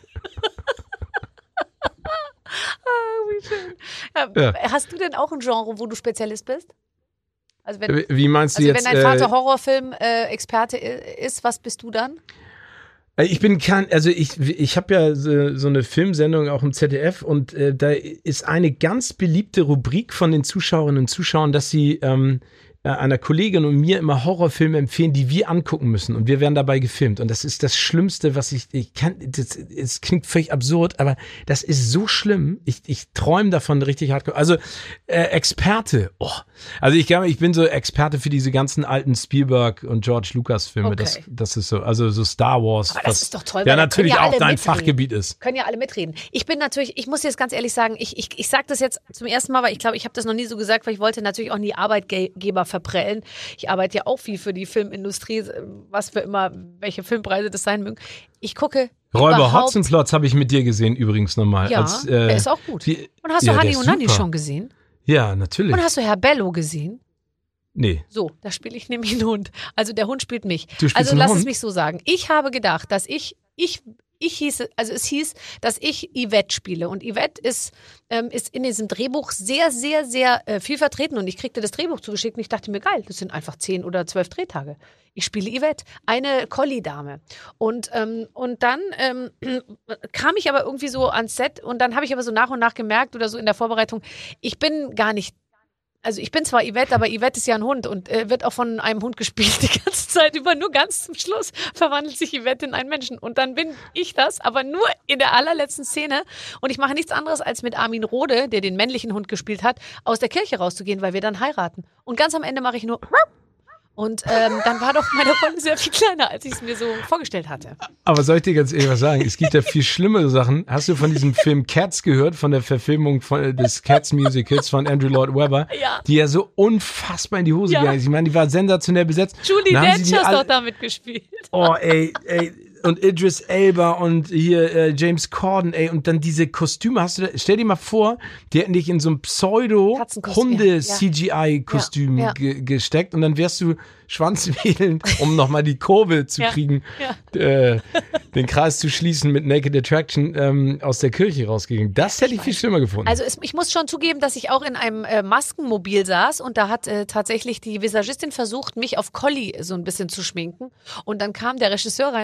Ah, wie schön. Ja, Ja. Hast du denn auch ein Genre, wo du Spezialist bist? Also wenn, Wie meinst du also jetzt? wenn dein Vater äh, Horrorfilm-Experte ist, was bist du dann? Ich bin kein, also ich, ich habe ja so, so eine Filmsendung auch im Z D F und äh, da ist eine ganz beliebte Rubrik von den Zuschauerinnen und Zuschauern, dass sie ähm, einer Kollegin und mir immer Horrorfilme empfehlen, die wir angucken müssen und wir werden dabei gefilmt und das ist das Schlimmste, was ich, ich kann, das, es klingt völlig absurd, aber das ist so schlimm, ich, ich träume davon richtig hardcore, also äh, Experte, oh. Also ich glaube, ich bin so Experte für diese ganzen alten Spielberg und George Lucas Filme, Okay. das, das ist so, also so Star Wars. Aber das was, ist doch toll, ja weil da natürlich können ja auch alle dein mitreden. Fachgebiet ist. Können ja alle mitreden. Ich bin natürlich, ich muss jetzt ganz ehrlich sagen, ich, ich, ich sage das jetzt zum ersten Mal, weil ich glaube, ich habe das noch nie so gesagt, weil ich wollte natürlich auch nie Arbeitgeber verprellen. Ich arbeite ja auch viel für die Filmindustrie, was für immer, welche Filmpreise das sein mögen. Ich gucke Räuber überhaupt- Hotzenplotz habe ich mit dir gesehen übrigens nochmal. Ja, als, äh, der ist auch gut. Die, Und hast ja, du der Hani ist und Nanni super. schon gesehen? Ja, natürlich. Und hast du Herr Bello gesehen? Nee. So, da spiele ich nämlich einen Hund. Also der Hund spielt mich. Du spielst also einen lass Hund? es mich so sagen. Ich habe gedacht, dass ich, ich, ich hieße, also es hieß, dass ich Yvette spiele. Und Yvette ist, ähm, ist in diesem Drehbuch sehr, sehr, sehr äh, viel vertreten. Und ich kriegte das Drehbuch zugeschickt und ich dachte mir, geil, das sind einfach zehn oder zwölf Drehtage. Ich spiele Yvette, eine Collie-Dame. Und, ähm, und dann ähm, kam ich aber irgendwie so ans Set und dann habe ich aber so nach und nach gemerkt oder so in der Vorbereitung, ich bin gar nicht. Also ich bin zwar Yvette, aber Yvette ist ja ein Hund und äh, wird auch von einem Hund gespielt die ganze Zeit über. Nur ganz zum Schluss verwandelt sich Yvette in einen Menschen. Und dann bin ich das, aber nur in der allerletzten Szene. Und ich mache nichts anderes, als mit Armin Rohde, der den männlichen Hund gespielt hat, aus der Kirche rauszugehen, weil wir dann heiraten. Und ganz am Ende mache ich nur... Und ähm, dann war doch meine Rolle sehr viel kleiner, als ich es mir so vorgestellt hatte. Aber soll ich dir ganz ehrlich was sagen? Es gibt ja viel schlimmere Sachen. Hast du von diesem Film Cats gehört, von der Verfilmung von, des Cats-Musicals von Andrew Lloyd Webber, Ja. die ja so unfassbar in die Hose Ja. gegangen ist? Ich meine, die war sensationell besetzt. Julie Dann haben sie Dench die hat alle- doch damit gespielt. Oh, ey, ey. Und Idris Elba und hier äh, James Corden, ey, und dann diese Kostüme, hast du da, stell dir mal vor, die hätten dich in so ein Katzenkostüm, Pseudo-Hunde-C G I-Kostüm Ja, ja. ge gesteckt und dann wärst du schwanzwedelnd, um nochmal die Kurve zu Ja, kriegen, ja. äh, den Kreis zu schließen mit Naked Attraction ähm, aus der Kirche rausgegangen. Das hätte ich viel schlimmer gefunden. Also es, ich muss schon zugeben, dass ich auch in einem äh, Maskenmobil saß und da hat äh, tatsächlich die Visagistin versucht, mich auf Collie so ein bisschen zu schminken. Und dann kam der Regisseur rein und der war ein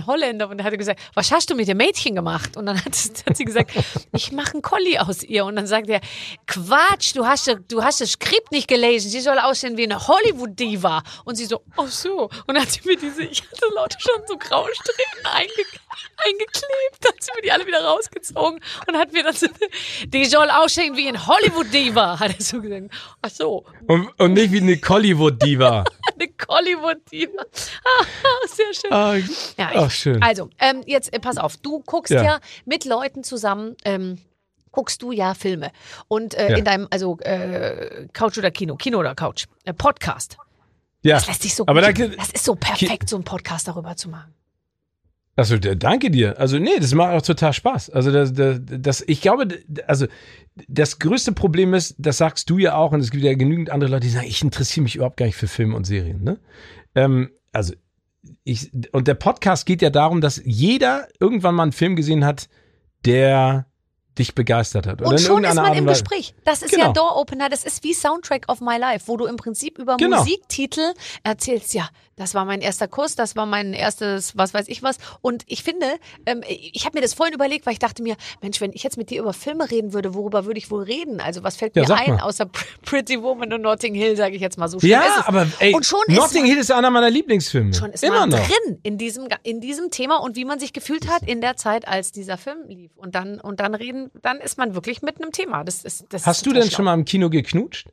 Holländer und er hatte gesagt, was hast du mit dem Mädchen gemacht? Und dann hat, hat sie gesagt, ich mache einen Collie aus ihr. Und dann sagt er, Quatsch, du hast, du hast das Skript nicht gelesen, sie soll aussehen wie eine Hollywood-Diva. Und sie so, ach so. Und dann hat sie mir diese, ich hatte lauter schon so graue Stricken einge, eingeklebt, hat sie mir die alle wieder rausgezogen und hat mir dann so, die soll aussehen wie ein Hollywood-Diva, hat er so gesagt. Ach so. Und, und nicht wie eine Collywood-Diva. Eine Collywood-Diva. Sehr schön. Ah, ja, ach, schön. Also, ähm, jetzt äh, pass auf, du guckst ja, Ja. mit Leuten zusammen, ähm, guckst du ja Filme. Und äh, Ja. in deinem, also äh, Couch oder Kino, Kino oder Couch, äh, Podcast. Ja. Das lässt sich so Aber gut. da, Das ist so perfekt, so einen Podcast darüber zu machen. Also danke dir. Also nee, das macht auch total Spaß. Also das, das, das, ich glaube, also das größte Problem ist, das sagst du ja auch, und es gibt ja genügend andere Leute, die sagen, ich interessiere mich überhaupt gar nicht für Filme und Serien. Ne? Ähm, also ich, und der Podcast geht ja darum, dass jeder irgendwann mal einen Film gesehen hat, der dich begeistert hat. Oder Und in schon ist irgendeiner man Art im und Weise. Gespräch. Das ist Genau. ja Door-Opener, das ist wie Soundtrack of My Life, wo du im Prinzip über Genau. Musiktitel erzählst, ja, das war mein erster Kuss, das war mein erstes, was weiß ich was. Und ich finde, ähm, ich habe mir das vorhin überlegt, weil ich dachte mir, Mensch, wenn ich jetzt mit dir über Filme reden würde, worüber würde ich wohl reden? Also was fällt Ja, mir sag ein, mal. außer Pretty Woman und Notting Hill, sage ich jetzt mal so. Schlimm Ja, ist es. aber ey, und schon Notting ist Hill ist einer meiner Lieblingsfilme. Schon ist Immer man noch. drin in diesem, in diesem Thema und wie man sich gefühlt hat in der Zeit, als dieser Film lief. Und dann, und dann reden, dann ist man wirklich mit einem Thema. Das ist, das Hast ist du total denn schlau. schon mal im Kino geknutscht?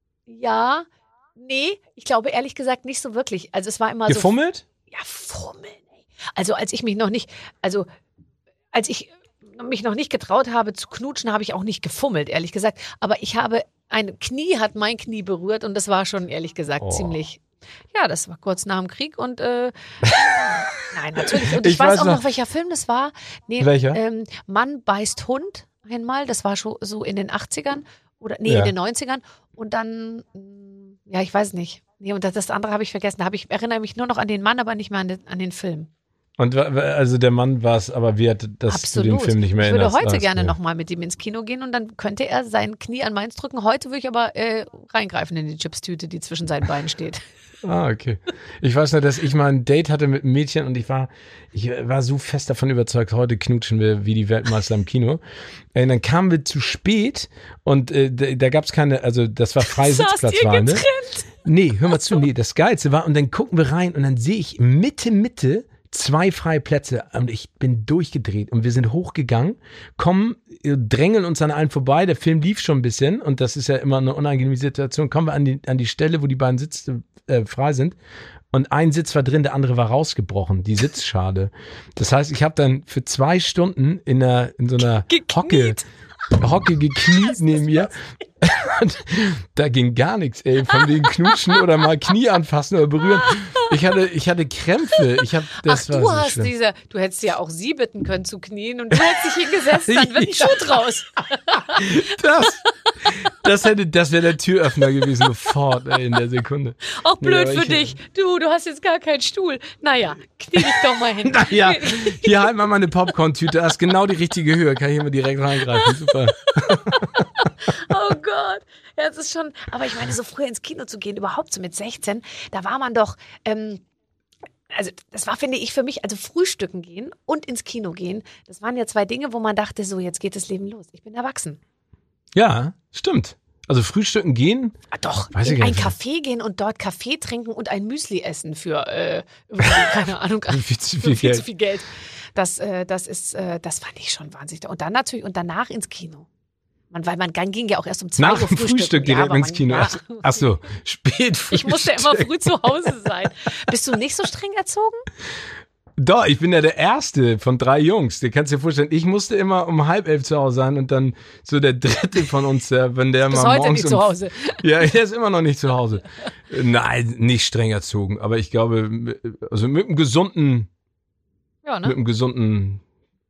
Ja, nee, ich glaube ehrlich gesagt nicht so wirklich. Also es war immer Gefummelt? so. Ja, fummeln. Ey. Also als ich mich noch nicht, also als ich mich noch nicht getraut habe zu knutschen, habe ich auch nicht gefummelt, ehrlich gesagt. Aber ich habe, ein Knie hat mein Knie berührt und das war schon ehrlich gesagt Oh. ziemlich. Ja, das war kurz nach dem Krieg und äh, nein, natürlich. Und ich, Ich weiß, weiß auch noch- noch, welcher Film das war. Nee, Welcher? Ähm, Mann beißt Hund einmal. Das war schon so in den achtzigern oder nee, Ja. in den neunzigern. Und dann, mh, ja, ich weiß nicht. Nee, und das, das andere habe ich vergessen. Da habe ich erinnere mich nur noch an den Mann, aber nicht mehr an den, an den Film. Und wa- wa- also der Mann war es aber wert, dass Absolut. du den Film nicht mehr ich würde erinnerst. heute Ah, gerne okay. nochmal mit ihm ins Kino gehen und dann könnte er sein Knie an meins drücken. Heute würde ich aber äh, reingreifen in die Chipstüte, die zwischen seinen Beinen steht. Ah, okay. Ich weiß nur, dass ich mal ein Date hatte mit einem Mädchen und ich war, ich war so fest davon überzeugt, heute knutschen wir wie die Weltmeister im Kino. Äh, dann kamen wir zu spät und äh, da, da gab es keine, also das war freie Saßt ihr Sitzplatzwahl. Ne? getrennt? Nee, hör mal zu, nee, das Geilste war, und dann gucken wir rein und dann sehe ich Mitte, Mitte zwei freie Plätze und ich bin durchgedreht und wir sind hochgegangen, kommen, äh, drängeln uns an allen vorbei, der Film lief schon ein bisschen und das ist ja immer eine unangenehme Situation, kommen wir an die, an die Stelle, wo die beiden Sitze äh, frei sind und ein Sitz war drin, der andere war rausgebrochen, die Sitzschale. Das heißt, ich habe dann für zwei Stunden in, einer, in so einer Hocke, Hocke gekniet neben mir. Und da ging gar nichts, ey, von wegen knutschen oder mal Knie anfassen oder berühren. Ich hatte, ich hatte Krämpfe. Ich hab, das Ach, war du so hast schlimm. diese, du hättest ja auch sie bitten können zu knien und du hättest dich hingesetzt, dann wird ein Schuh draus. Das, das hätte, das wäre der Türöffner gewesen, sofort, ey, in der Sekunde. Auch Nee, blöd aber für ich- dich. Du, du hast jetzt gar keinen Stuhl. Naja, knie dich doch mal hin. Naja, hier halt mal meine Popcorn-Tüte, hast genau die richtige Höhe, kann ich immer direkt reingreifen, super. Oh Gott. Ja, es ist schon, aber ich meine, so früh ins Kino zu gehen, überhaupt so mit sechzehn, da war man doch, ähm, also das war, finde ich, für mich, also frühstücken gehen und ins Kino gehen, das waren ja zwei Dinge, wo man dachte, so, jetzt geht das Leben los. Ich bin erwachsen. Ja, stimmt. Also frühstücken gehen, Ah, doch, Weiß ich in gar ein nicht. Café gehen und dort Kaffee trinken und ein Müsli essen für, äh, irgendwie, keine Ahnung, viel zu für viel viel Geld. zu viel Geld. Das, äh, das ist, äh, das fand ich schon wahnsinnig. Und dann natürlich, und danach ins Kino. Man, weil man dann ging ja auch erst um zwei nach Uhr dem frühstücken. Frühstück Ja, direkt aber ins man- Kino. Ja. Ach, ach so, spät Ich musste immer Frühstück. früh zu Hause sein. Bist du nicht so streng erzogen? Doch, ich bin ja der Erste von drei Jungs. Du kannst dir vorstellen, ich musste immer um halb elf zu Hause sein und dann so der Dritte von uns, der, wenn der Bis mal heute morgens nicht zu um, Hause. Ja, der ist immer noch nicht zu Hause. Nein, nicht streng erzogen, aber ich glaube, also mit einem gesunden, Ja, mit ne? einem gesunden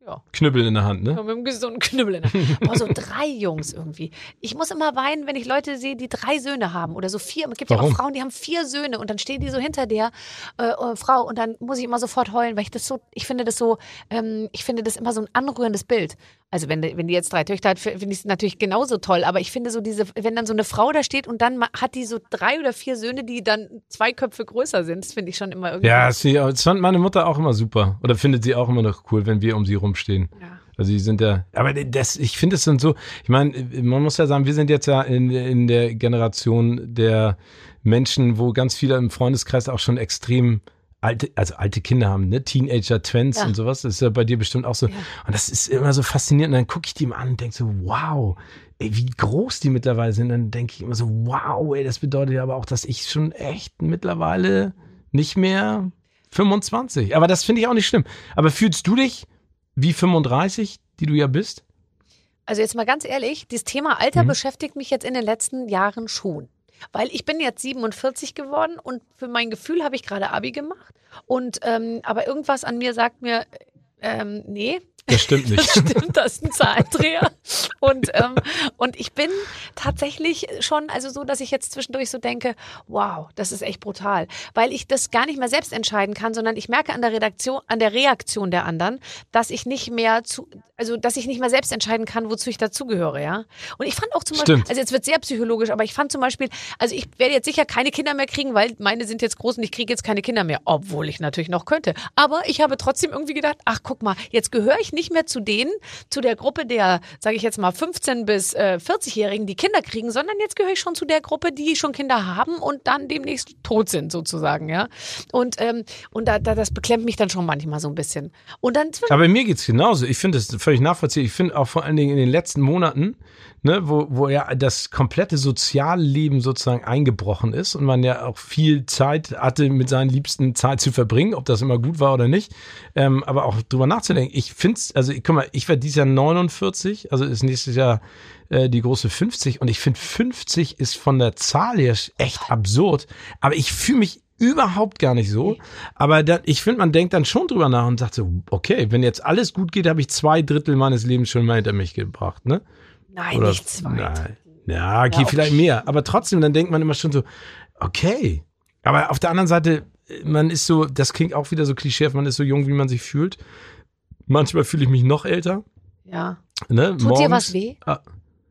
Ja. Knüppel in der Hand, ne? Ja, mit einem gesunden Knüppel in der Hand. Boah, so drei Jungs irgendwie. Ich muss immer weinen, wenn ich Leute sehe, die drei Söhne haben oder so vier. Es gibt Warum? ja auch Frauen, die haben vier Söhne und dann stehen die so hinter der äh, äh, Frau und dann muss ich immer sofort heulen, weil ich das so, ich finde das so, ähm, ich finde das immer so ein anrührendes Bild. Also wenn, wenn die jetzt drei Töchter hat, finde ich es natürlich genauso toll, aber ich finde so diese, wenn dann so eine Frau da steht und dann hat die so drei oder vier Söhne, die dann zwei Köpfe größer sind, das finde ich schon immer irgendwie. Ja, das fand meine Mutter auch immer super. Oder findet sie auch immer noch cool, wenn wir um sie rumstehen. Ja. Also die sind ja, aber das, ich finde es dann so, ich meine, man muss ja sagen, wir sind jetzt ja in, in der Generation der Menschen, wo ganz viele im Freundeskreis auch schon extrem alte, also alte Kinder haben, ne? Teenager, Twins Ja. und sowas. Das ist ja bei dir bestimmt auch so. Ja. Und das ist immer so faszinierend. Und dann gucke ich die mal an und denke so, wow, ey, wie groß die mittlerweile sind. Dann denke ich immer so, wow, ey, das bedeutet ja aber auch, dass ich schon echt mittlerweile nicht mehr fünfundzwanzig. Aber das finde ich auch nicht schlimm. Aber fühlst du dich wie fünfunddreißig, die du ja bist? Also jetzt mal ganz ehrlich, das Thema Alter Mhm. beschäftigt mich jetzt in den letzten Jahren schon. Weil ich bin jetzt siebenundvierzig geworden und für mein Gefühl habe ich gerade Abi gemacht. Und ähm, aber irgendwas an mir sagt mir, ähm, nee, Das stimmt nicht. das stimmt, das ist ein Zahlendreher. Und, ähm, und ich bin tatsächlich schon, also so, dass ich jetzt zwischendurch so denke, wow, das ist echt brutal. Weil ich das gar nicht mehr selbst entscheiden kann, sondern ich merke an der Redaktion, an der Reaktion der anderen, dass ich nicht mehr zu, also dass ich nicht mehr selbst entscheiden kann, wozu ich dazugehöre, ja. Und ich fand auch zum Stimmt. Beispiel, also jetzt wird sehr psychologisch, aber ich fand zum Beispiel, also ich werde jetzt sicher keine Kinder mehr kriegen, weil meine sind jetzt groß und ich kriege jetzt keine Kinder mehr, obwohl ich natürlich noch könnte. Aber ich habe trotzdem irgendwie gedacht, ach guck mal, jetzt gehöre ich nicht mehr zu denen, zu der Gruppe der, sage ich jetzt mal, fünfzehn- bis äh, vierzig-Jährigen, die Kinder kriegen, sondern jetzt gehöre ich schon zu der Gruppe, die schon Kinder haben und dann demnächst tot sind, sozusagen, ja. Und, ähm, und da, da, das beklemmt mich dann schon manchmal so ein bisschen. Und dann zwischen Aber mir geht's genauso. Ich finde das völlig nachvollziehbar. Ich finde auch vor allen Dingen in den letzten Monaten, ne, wo, wo ja das komplette Sozialleben sozusagen eingebrochen ist und man ja auch viel Zeit hatte, mit seinen Liebsten Zeit zu verbringen, ob das immer gut war oder nicht, ähm, aber auch drüber nachzudenken. Ich finde es, also guck mal, ich werde dieses Jahr neunundvierzig, also ist nächstes Jahr äh, die große fünfzig und ich finde fünfzig ist von der Zahl her echt absurd, aber ich fühle mich überhaupt gar nicht so, aber da, ich finde, man denkt dann schon drüber nach und sagt so, okay, wenn jetzt alles gut geht, habe ich zwei Drittel meines Lebens schon mal hinter mich gebracht, ne? nein, Oder- nicht zwei. Nein. Ja, okay, Ja, okay. vielleicht mehr, aber trotzdem, dann denkt man immer schon so, okay, aber auf der anderen Seite, man ist so, das klingt auch wieder so klischeehaft, man ist so jung, wie man sich fühlt. Manchmal fühle ich mich noch älter, Ja. ne? Tut dir Morgens- was weh? Ah,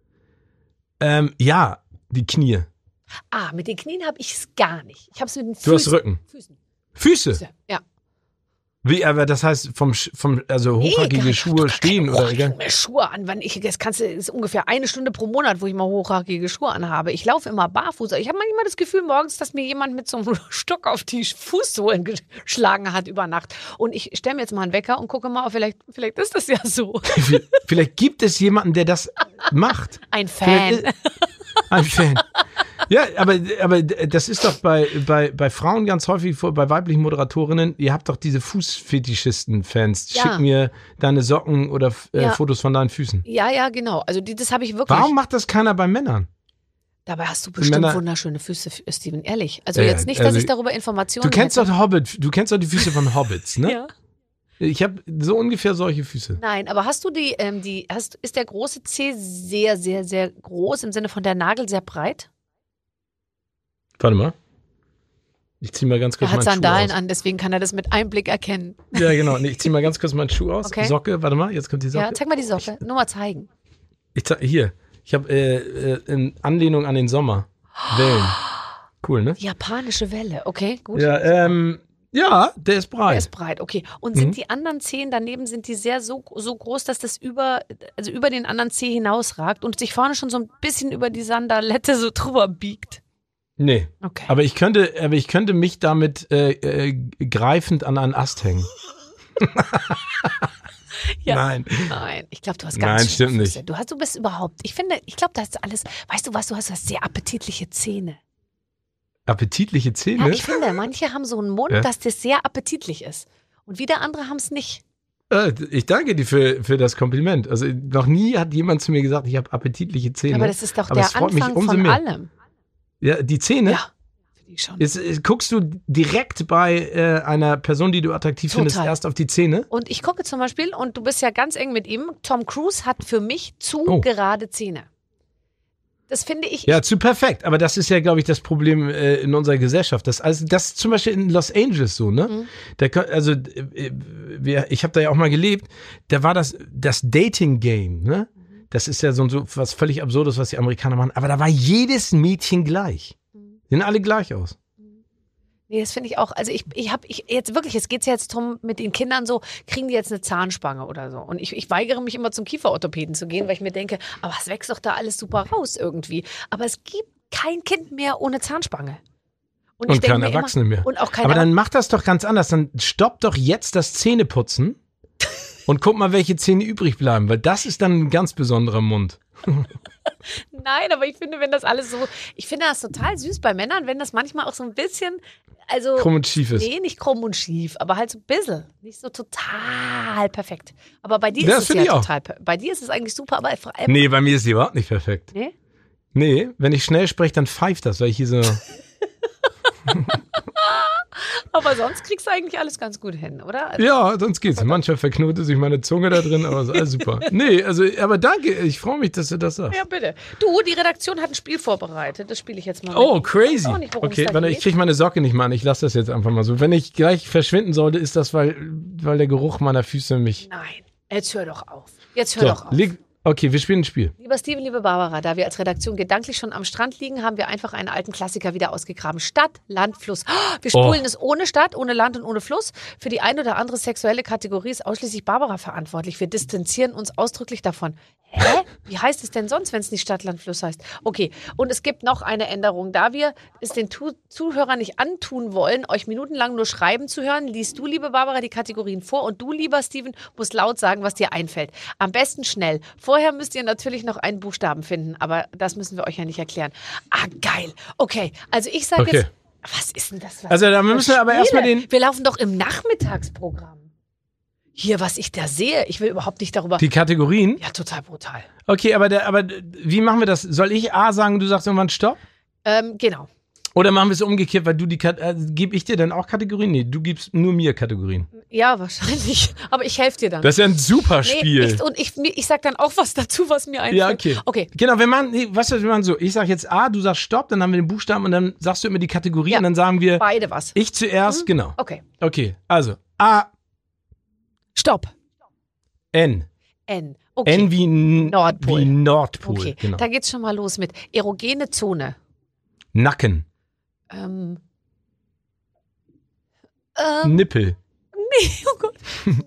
ähm, ja, die Knie. Ah, mit den Knien habe ich es gar nicht. Ich habe es mit den Du hast Füßen. Rücken. Füßen. Füße. Ja. Wie, aber das heißt, vom, Sch- vom also hochhackige Nee, Schuhe gar stehen keine oder hochhackigen egal. mehr Schuhe an. Wann ich, das kannst du, ist ungefähr eine Stunde pro Monat, wo ich mal hochhackige Schuhe anhabe. Ich laufe immer barfuß. Ich habe manchmal das Gefühl morgens, dass mir jemand mit so einem Stock auf die Fußsohlen geschlagen hat über Nacht. Und ich stelle mir jetzt mal einen Wecker und gucke mal, vielleicht, vielleicht ist das ja so. Vielleicht gibt es jemanden, der das macht. Ein Vielleicht Fan. ist- Ein Fan. Ja, aber, aber das ist doch bei, bei, bei Frauen ganz häufig, vor- bei weiblichen Moderatorinnen, ihr habt doch diese Fußfetischisten-Fans. Ja. Schick mir deine Socken oder äh, Ja. Fotos von deinen Füßen. Ja, ja, genau. Also die, das habe ich wirklich. Warum macht das keiner bei Männern? Dabei hast du bestimmt Männer- wunderschöne Füße, Steven, ehrlich. Also Ja, jetzt nicht, dass also ich darüber Informationen Du kennst hätte. doch Hobbit, du kennst doch die Füße von Hobbits, ne? Ja. Ich habe so ungefähr solche Füße. Nein, aber hast du die, ähm, die, hast, ist der große Zeh sehr, sehr, sehr groß im Sinne von der Nagel sehr breit? Warte mal. Ich zieh mal ganz kurz Er hat meinen Schuh Sandalen aus. an, deswegen kann er das mit einem Blick erkennen. Ja, genau. Nee, ich zieh mal ganz kurz meinen Schuh aus. Okay. Socke, warte mal, jetzt kommt die Socke. Ja, zeig mal die Socke. Nur mal zeigen. Ich zeig, hier. Ich habe äh, äh, in Anlehnung an den Sommer Wellen. Cool, ne? Die japanische Welle. Okay, gut. Ja, ähm, ja, der ist breit. Der ist breit, okay. Und Mhm. sind die anderen Zehen daneben, sind die sehr so, so groß, dass das über, also über den anderen Zeh hinausragt und sich vorne schon so ein bisschen über die Sandalette so drüber biegt? Nee. Okay. Aber ich könnte, aber ich könnte mich damit äh, äh, greifend an einen Ast hängen. Ja. Nein. Nein, ich glaube, du hast ganz Nein, schöne stimmt Füße. nicht. Du, hast, du bist überhaupt, ich finde, ich glaube, das ist alles, weißt du was, du hast, du hast sehr appetitliche Zähne. Appetitliche Ja, Zähne? ich finde, manche haben so einen Mund, Ja. dass das sehr appetitlich ist. Und wieder andere haben es nicht. Äh, ich danke dir für, für das Kompliment. Also noch nie hat jemand zu mir gesagt, ich habe appetitliche Zähne. Aber das ist doch Aber der es freut mich Anfang umso von mehr. allem. Ja, die Zähne? Ja. Die schon. Ist, ist, guckst du direkt bei äh, einer Person, die du attraktiv Total. findest, erst auf die Zähne? Und ich gucke zum Beispiel, und du bist ja ganz eng mit ihm, Tom Cruise hat für mich zu Oh. gerade Zähne. Das finde ich. Ja, zu perfekt. Aber das ist ja, glaube ich, das Problem äh, in unserer Gesellschaft. Das, also, das ist zum Beispiel in Los Angeles so, ne? Mhm. Da, ko- also, äh, wir, ich habe da ja auch mal gelebt. Da war das, das Dating-Game, ne? Das ist ja so, so was völlig Absurdes, was die Amerikaner machen. Aber da war jedes Mädchen gleich. Sehen alle gleich aus. Nee, das finde ich auch. Also ich, ich habe ich jetzt wirklich, es geht ja jetzt drum mit den Kindern so, kriegen die jetzt eine Zahnspange oder so. Und ich, ich weigere mich immer zum Kieferorthopäden zu gehen, weil ich mir denke, aber es wächst doch da alles super raus irgendwie. Aber es gibt kein Kind mehr ohne Zahnspange. Und, ich denke kein mir Erwachsene immer, mehr. Und auch kein Aber dann Erwachsene. mach das doch ganz anders. Dann stopp doch jetzt das Zähneputzen und guck mal, welche Zähne übrig bleiben. Weil das ist dann ein ganz besonderer Mund. Nein, aber ich finde, wenn das alles so, ich finde das total süß bei Männern, wenn das manchmal auch so ein bisschen, also Krumm und schief ist. nee, nicht krumm und schief, aber halt so ein bisschen, nicht so total perfekt. Aber bei dir Das ist es finde ja ich auch. total, per- bei dir ist es eigentlich super, aber vor allem, Nee, bei mir ist die überhaupt nicht perfekt. nee? Nee, wenn ich schnell spreche, dann pfeift das, weil ich hier so. Aber sonst kriegst du eigentlich alles ganz gut hin, oder? Also, Ja, sonst geht's. Manchmal verknotet sich meine Zunge da drin, aber ist alles super. Nee, also, aber danke. Ich freue mich, dass du das sagst. ja, bitte. Du, die Redaktion hat ein Spiel vorbereitet, das spiele ich jetzt mal Oh, mit. crazy. Ich weiß auch nicht, worum Okay, es da warte, geht. ich kriege meine Socke nicht mal an. Ich lasse das jetzt einfach mal so. Wenn ich gleich verschwinden sollte, ist das, weil, weil der Geruch meiner Füße mich. Nein, jetzt hör doch auf. Jetzt hör So, doch auf. leg, okay, wir spielen ein Spiel. Lieber Steven, liebe Barbara, da wir als Redaktion gedanklich schon am Strand liegen, haben wir einfach einen alten Klassiker wieder ausgegraben. Stadt, Land, Fluss. Oh, wir spulen Oh. es ohne Stadt, ohne Land und ohne Fluss. Für die ein oder andere sexuelle Kategorie ist ausschließlich Barbara verantwortlich. Wir distanzieren uns ausdrücklich davon. Hä? Wie heißt es denn sonst, wenn es nicht Stadt, Land, Fluss heißt? Okay, und es gibt noch eine Änderung. Da wir es den tu Zuhörern nicht antun wollen, euch minutenlang nur schreiben zu hören, liest du, liebe Barbara, die Kategorien vor und du, lieber Steven, musst laut sagen, was dir einfällt. Am besten schnell. Vorher müsst ihr natürlich noch einen Buchstaben finden, aber das müssen wir euch ja nicht erklären. Ah, geil. Okay, also ich sage Okay. jetzt, was ist denn das? Was Also, da für müssen wir aber Spiele? erstmal den- Wir laufen doch im Nachmittagsprogramm. Hier, was ich da sehe, ich will überhaupt nicht darüber... Die Kategorien? Ja, total brutal. Okay, aber, der, aber wie machen wir das? Soll ich A sagen, du sagst irgendwann Stopp? Ähm, genau. Oder machen wir es umgekehrt, weil du die Kat äh, gebe ich dir dann auch Kategorien? Nee, du gibst nur mir Kategorien. Ja, wahrscheinlich. Aber ich helfe dir dann. Das ist ja ein super Spiel. Nee, ich, und ich, ich sag dann auch was dazu, was mir einfällt. Ja, okay. Okay. Genau, wir machen, nee, weißt du, wir machen so, ich sag jetzt A, du sagst Stopp, dann haben wir den Buchstaben und dann sagst du immer die Kategorie Ja. und dann sagen wir, Beide was. ich zuerst, genau. Okay. Okay, also A, Stopp. N. N. Okay. N wie, N Nordpol. wie Nordpol, Okay. genau. Da geht's schon mal los mit erogene Zone. Nacken, Ähm. Ähm. Nippel, Nee, oh Gott.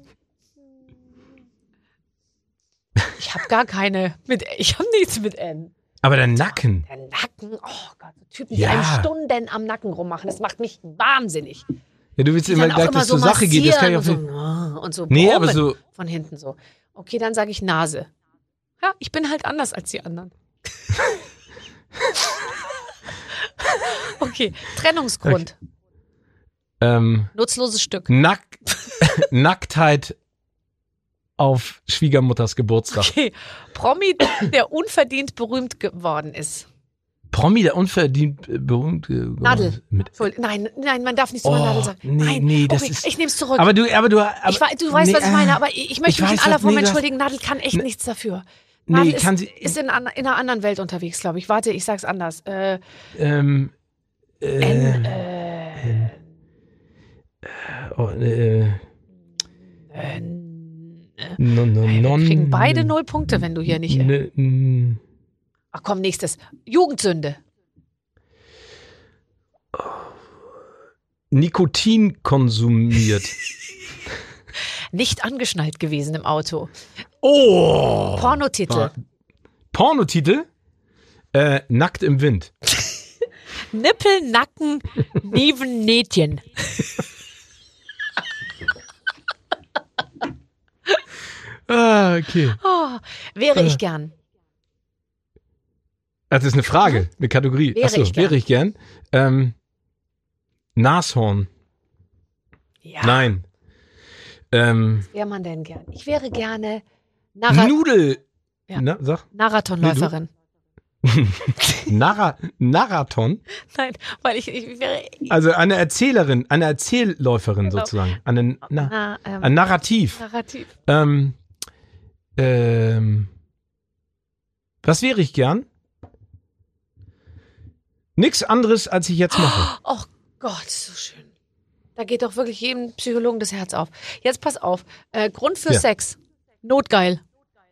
Ich habe gar keine mit. Ich habe nichts mit N. aber der Nacken. Der Nacken. Oh Gott, so Typen, die Ja. einem Stunden am Nacken rummachen. Das macht mich wahnsinnig. Ja, du willst Die immer dann auch gleich, immer dass so zur Sache geht. Das kann ich auch massieren nicht. und so, und so Nee, aber brummen so- von hinten so. Okay, dann sage ich Nase. Ja, ich bin halt anders als die anderen. Okay, Trennungsgrund. Ähm, Nutzloses Stück. Nack Nacktheit auf Schwiegermutters Geburtstag. Okay, Promi, der unverdient berühmt geworden ist. Promi, der unverdient äh, berühmt geworden Nadel. ist. Mit, Entschuldigung, Nein, nein, man darf nicht so Oh, mal Nadel sagen. nee, nein, nee, das okay, ist- ich nehme es zurück. aber du, aber du, aber, ich, wei- du weißt, nee, was ich meine, äh, aber ich, ich möchte ich mich weiß, in aller was- Form nee, das- entschuldigen. Nadel kann echt Ne- nichts dafür. Nee, Nadel kann ist, sie- ist in, an, in einer anderen Welt unterwegs, glaube ich. Warte, ich sag's anders. Äh, ähm, äh, N, äh, oh, äh, äh, non, non, wir non, kriegen beide null Punkte, wenn du hier nicht. ne, n- Ach komm, nächstes. Jugendsünde. Nikotin konsumiert. Nicht angeschnallt gewesen im Auto. Oh! Pornotitel. Pornotitel? Äh, Nackt im Wind. Nippel, Nacken, Nieven, Nähtchen. Ah, okay. Oh, wäre ich gern. Das ist eine Frage, eine Kategorie. Wäre Achso, ich gern. wäre ich gern. Ähm, Nashorn. Ja. Nein. Ähm, Wäre man denn gern? Ich wäre gerne Narra Nudel. Ja. Na, sag. Marathonläuferin. Narra Narraton? Nein, weil ich, ich wäre. Also eine Erzählerin, eine Erzählläuferin Genau. sozusagen. Eine, na, Na, ähm, ein Narrativ. Narrativ. Ähm, ähm, was wäre ich gern? Nix anderes, als ich jetzt mache. Oh Gott, so schön. Da geht doch wirklich jedem Psychologen das Herz auf. Jetzt pass auf. Äh, Grund für Ja. Sex. Notgeil.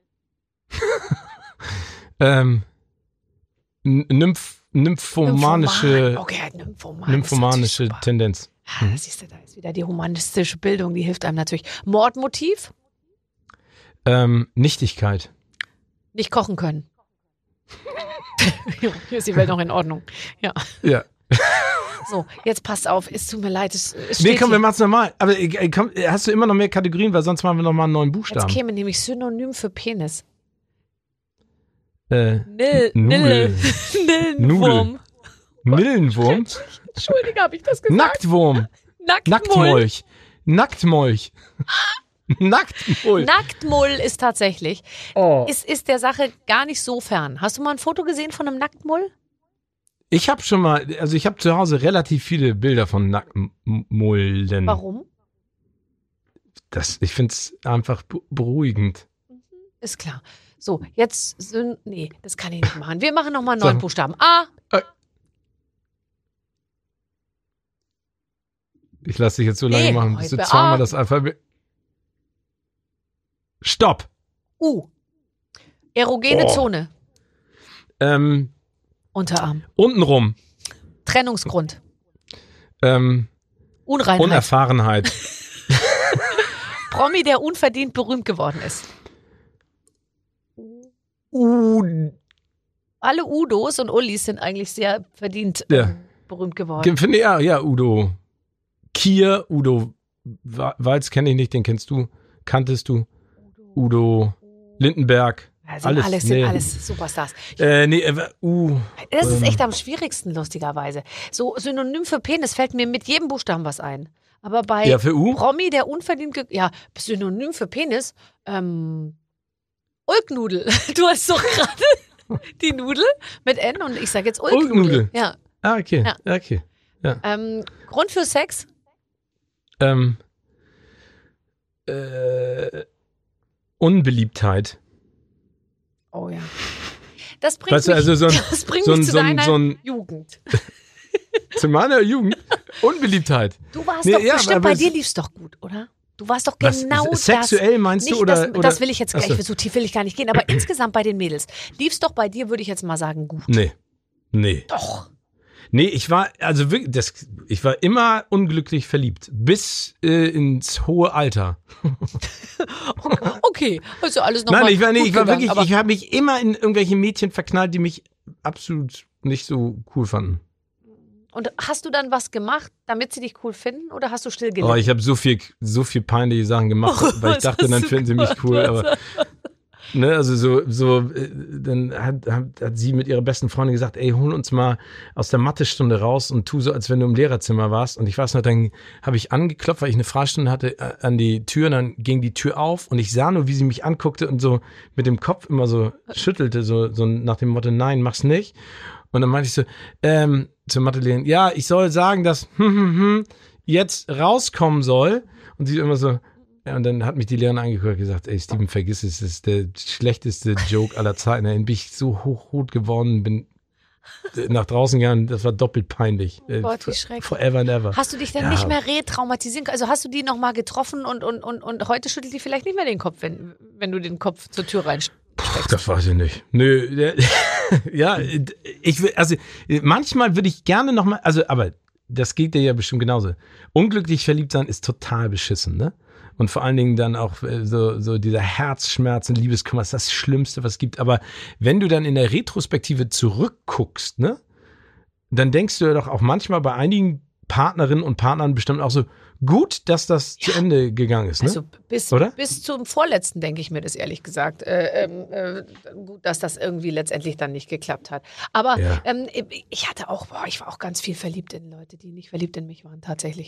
Ähm, n- Nymph nymphomanische, Nymphoman. Okay, Nymphoman. nymphomanische ist natürlich super. Tendenz. Ah, siehst du, da ist wieder die humanistische Bildung, die hilft einem natürlich. Mordmotiv? Ähm, Nichtigkeit. Nicht kochen können. Hier ist die Welt noch in Ordnung. Ja. Ja. So, jetzt passt auf. Es tut mir leid. Es, es Nee, steht komm, wir hier. machen's nochmal. Aber äh, komm, hast du immer noch mehr Kategorien, weil sonst machen wir nochmal einen neuen Jetzt Buchstaben. käme nämlich Synonym für Penis. Äh, Nil, Nudel. Nil, Nillenwurm. Millenwurm. Entschuldige, habe ich das gesagt? Nacktwurm. Nacktmull. Nacktmolch. Nacktmolch. Nacktmull. Nacktmull ist tatsächlich, Oh. ist, ist der Sache gar nicht so fern. Hast du mal ein Foto gesehen von einem Nacktmull? Ich habe schon mal, also ich habe zu Hause relativ viele Bilder von Nacktmullen. Warum? Das, ich finde es einfach be- beruhigend. Ist klar. So, jetzt, Syn nee, das kann ich nicht machen. Wir machen nochmal einen So. neuen Buchstaben. A. Ich lasse dich jetzt so lange Nee, machen, bis du bei zweimal A. das Alphabet. Stopp! U. Erogene Oh. Zone. Ähm, Unterarm. untenrum. Trennungsgrund. Ähm, Unreinheit. Unerfahrenheit. Promi, der unverdient berühmt geworden ist. U. Alle Udos und Ullis sind eigentlich sehr verdient Ja. ähm, berühmt geworden. Finde ja, ja, Udo. Kier, Udo Wa- Walz kenne ich nicht, den kennst du. Kanntest du? Udo Lindenberg. Ja, sind alles, alles, sind nee. alles Superstars. Äh, nee, äh, U. Das ist ähm, echt am schwierigsten, lustigerweise. So Synonym für Penis fällt mir mit jedem Buchstaben was ein. Aber bei Ja, für U? Promi, der unverdient, ge ja, Synonym für Penis, ähm, Ulknudel. Du hast doch gerade die Nudel mit N und ich sage jetzt Ulknudel. Ulknudel. Ja. Ah, okay. Ja. Okay. Ähm, Grund für Sex? Ähm, äh, Unbeliebtheit. Oh ja. Das bringt Weißt du, mich, also so ein- das bringt so ein- mich zu so ein- deiner so ein- Jugend. Zu meiner Jugend. Unbeliebtheit. Du warst Nee, doch ja, bestimmt, aber bei es- dir lief's doch gut, oder? Du warst doch Was, genau das. sexuell meinst Nicht du oder, das, oder? das will ich jetzt Achso. gleich, so tief will ich gar nicht gehen, aber insgesamt bei den Mädels. Lief's doch bei dir, würde ich jetzt mal sagen, gut. Nee. Nee. Doch. Nee, ich war, also wirklich, das, ich war immer unglücklich verliebt. Bis äh, ins hohe Alter. Okay, also alles nochmal Nein, ich war, nee, gut ich war gegangen, wirklich, aber ich habe mich immer in irgendwelche Mädchen verknallt, die mich absolut nicht so cool fanden. Und hast du dann was gemacht, damit sie dich cool finden oder hast du still Oh, gelebt? ich habe so viel, so viel peinliche Sachen gemacht, weil ich Was dachte, hast dann du finden sie mich gemacht? cool. Was? Aber ne, also so, so, äh, dann hat, hat, hat sie mit ihrer besten Freundin gesagt, ey, hol uns mal aus der Mathestunde raus und tu so, als wenn du im Lehrerzimmer warst. Und ich weiß noch, dann habe ich angeklopft, weil ich eine Freistunde hatte, äh, an die Tür. Und dann ging die Tür auf und ich sah nur, wie sie mich anguckte und so mit dem Kopf immer so schüttelte, so, so nach dem Motto, nein, mach's nicht. Und dann meinte ich so, ähm, zur Mathelehrerin, ja, ich soll sagen, dass hm, hm, hm, jetzt rauskommen soll. Und sie immer so, ja, und dann hat mich die Lehrerin angeguckt und gesagt, ey, Steven, vergiss es, das ist der schlechteste Joke aller Zeiten. Dann bin ich so hochrot geworden, bin nach draußen gegangen, das war doppelt peinlich. Oh Gott, wie schrecklich. Forever and ever. Hast du dich denn Ja. nicht mehr retraumatisieren können? Also hast du die nochmal getroffen und, und, und, und heute schüttelt die vielleicht nicht mehr den Kopf, wenn, wenn du den Kopf zur Tür reinsteckst? Das weiß ich nicht. Nö, der, ja, ich will, also manchmal würde ich gerne nochmal, also, aber das geht dir ja bestimmt genauso. Unglücklich verliebt sein ist total beschissen, ne? Und vor allen Dingen dann auch äh, so, so dieser Herzschmerz und Liebeskummer ist das Schlimmste, was es gibt. Aber wenn du dann in der Retrospektive zurückguckst, ne, dann denkst du ja doch auch manchmal bei einigen Partnerinnen und Partnern bestimmt auch so, gut, dass das zu Ende gegangen ist, ne? Also bis, Oder? bis zum vorletzten denke ich mir das ehrlich gesagt. Äh, ähm, äh, gut, dass das irgendwie letztendlich dann nicht geklappt hat. Aber Ja. ähm, ich hatte auch, boah, ich war auch ganz viel verliebt in Leute, die nicht verliebt in mich waren, tatsächlich.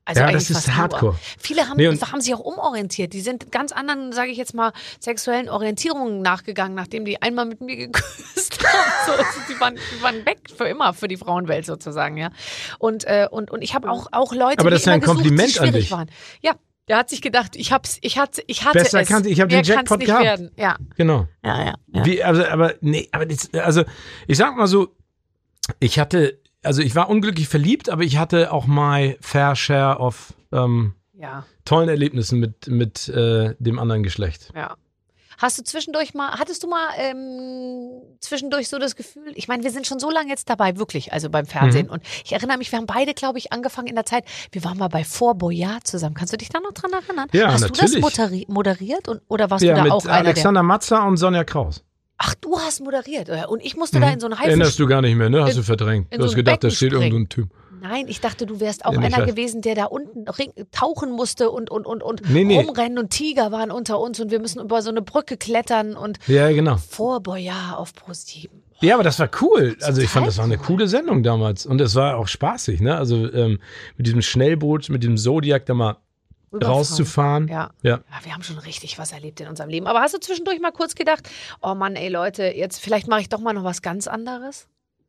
Also ja, eigentlich das ist fast hardcore. Nur. Viele haben, Nee, und- haben sich auch umorientiert. Die sind ganz anderen, sage ich jetzt mal, sexuellen Orientierungen nachgegangen, nachdem die einmal mit mir geküsst haben. So, also die, waren, die waren weg für immer, für die Frauenwelt sozusagen, ja. Und, äh, und, und ich habe auch, auch Leute, Aber das die ist ja immer ein gesucht, die Kompliment an schwierig dich. waren. Ja, der hat sich gedacht, ich hab's, ich hatte, ich hatte Besser es. kann's- ich hab den Mehr kann's Jackpot nicht gehabt. werden. Ja, Genau. ja, ja. ja. Wie, also, aber nee, aber das, also ich sag mal so, ich hatte, also ich war unglücklich verliebt, aber ich hatte auch my fair share of ähm, ja. tollen Erlebnissen mit, mit äh, dem anderen Geschlecht. Ja. Hast du zwischendurch mal, hattest du mal ähm, zwischendurch so das Gefühl, ich meine, wir sind schon so lange jetzt dabei, wirklich, also beim Fernsehen. Mhm. Und ich erinnere mich, wir haben beide, glaube ich, angefangen in der Zeit, wir waren mal bei Fort Boyard zusammen. Kannst du dich da noch dran erinnern? Ja, Hast natürlich. du das moderi- moderiert und, oder warst Ja, du da mit auch einer der... Alexander Matzer und Sonja Kraus. Ach, du hast moderiert. oder? Und ich musste da in so einen Haifisch... Erinnerst du gar nicht mehr, ne? Hast in- du verdrängt. in Du so hast ein gedacht, da Becken steht springen. irgendein Typ. Nein, ich dachte, du wärst auch Ja, nicht einer schlecht. gewesen, der da unten ring, tauchen musste und, und, und, und Nee, nee. rumrennen und Tiger waren unter uns und wir müssen über so eine Brücke klettern und Ja, genau. Fort Boyard auf ProSieben. Ja, aber das war cool. Also ich fand, Total das war eine cool. coole Sendung damals. Und es war auch spaßig, ne? Also ähm, mit diesem Schnellboot, mit dem Zodiac da mal Rüberfahren. rauszufahren. Ja. Ja. Ja, wir haben schon richtig was erlebt in unserem Leben. Aber hast du zwischendurch mal kurz gedacht, oh Mann, ey Leute, jetzt vielleicht mache ich doch mal noch was ganz anderes?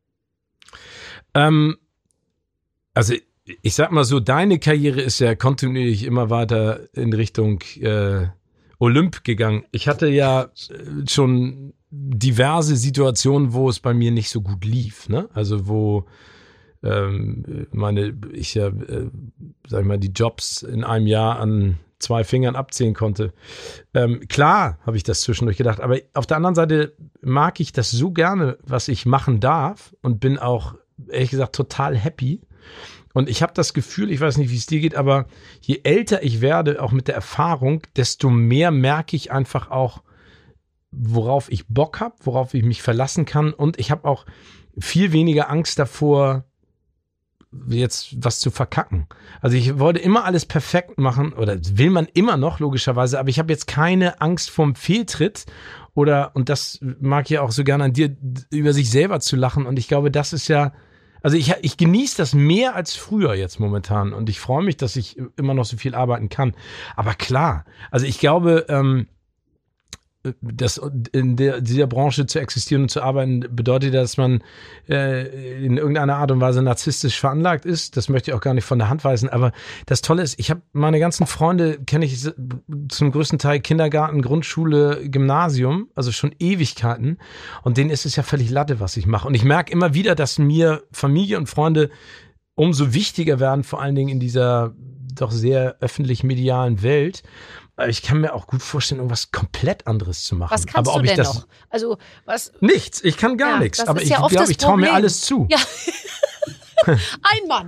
Ähm, also ich sag mal so, deine Karriere ist ja kontinuierlich immer weiter in Richtung äh, Olymp gegangen. Ich hatte ja äh, schon diverse Situationen, wo es bei mir nicht so gut lief, ne? Also wo ähm, meine, ich ja, äh, sag ich mal, die Jobs in einem Jahr an zwei Fingern abzählen konnte. Ähm, klar habe ich das zwischendurch gedacht, aber auf der anderen Seite mag ich das so gerne, was ich machen darf und bin auch, ehrlich gesagt, total happy. Und ich habe das Gefühl, ich weiß nicht, wie es dir geht, aber je älter ich werde, auch mit der Erfahrung, desto mehr merke ich einfach auch, worauf ich Bock habe, worauf ich mich verlassen kann. Und ich habe auch viel weniger Angst davor, jetzt was zu verkacken. Also ich wollte immer alles perfekt machen oder will man immer noch, logischerweise, aber ich habe jetzt keine Angst vorm Fehltritt oder, und das mag ich ja auch so gerne an dir, über sich selber zu lachen. Und ich glaube, das ist ja, also ich, ich genieße das mehr als früher jetzt momentan und ich freue mich, dass ich immer noch so viel arbeiten kann. Aber klar, also ich glaube, ähm, das in der, dieser Branche zu existieren und zu arbeiten, bedeutet, dass man äh, in irgendeiner Art und Weise narzisstisch veranlagt ist. Das möchte ich auch gar nicht von der Hand weisen. Aber das Tolle ist, ich habe meine ganzen Freunde, kenne ich zum größten Teil Kindergarten, Grundschule, Gymnasium, also schon Ewigkeiten. Und denen ist es ja völlig Latte, was ich mache. Und ich merke immer wieder, dass mir Familie und Freunde umso wichtiger werden, vor allen Dingen in dieser doch sehr öffentlich-medialen Welt. Ich kann mir auch gut vorstellen, irgendwas komplett anderes zu machen. Was kannst aber ob du ich denn das, noch? Also, was? Nichts, ich kann gar Ja, nichts. das Aber ist ich ja oft glaube, das ich traue mir Problem. alles zu. Ja. Ein Mann.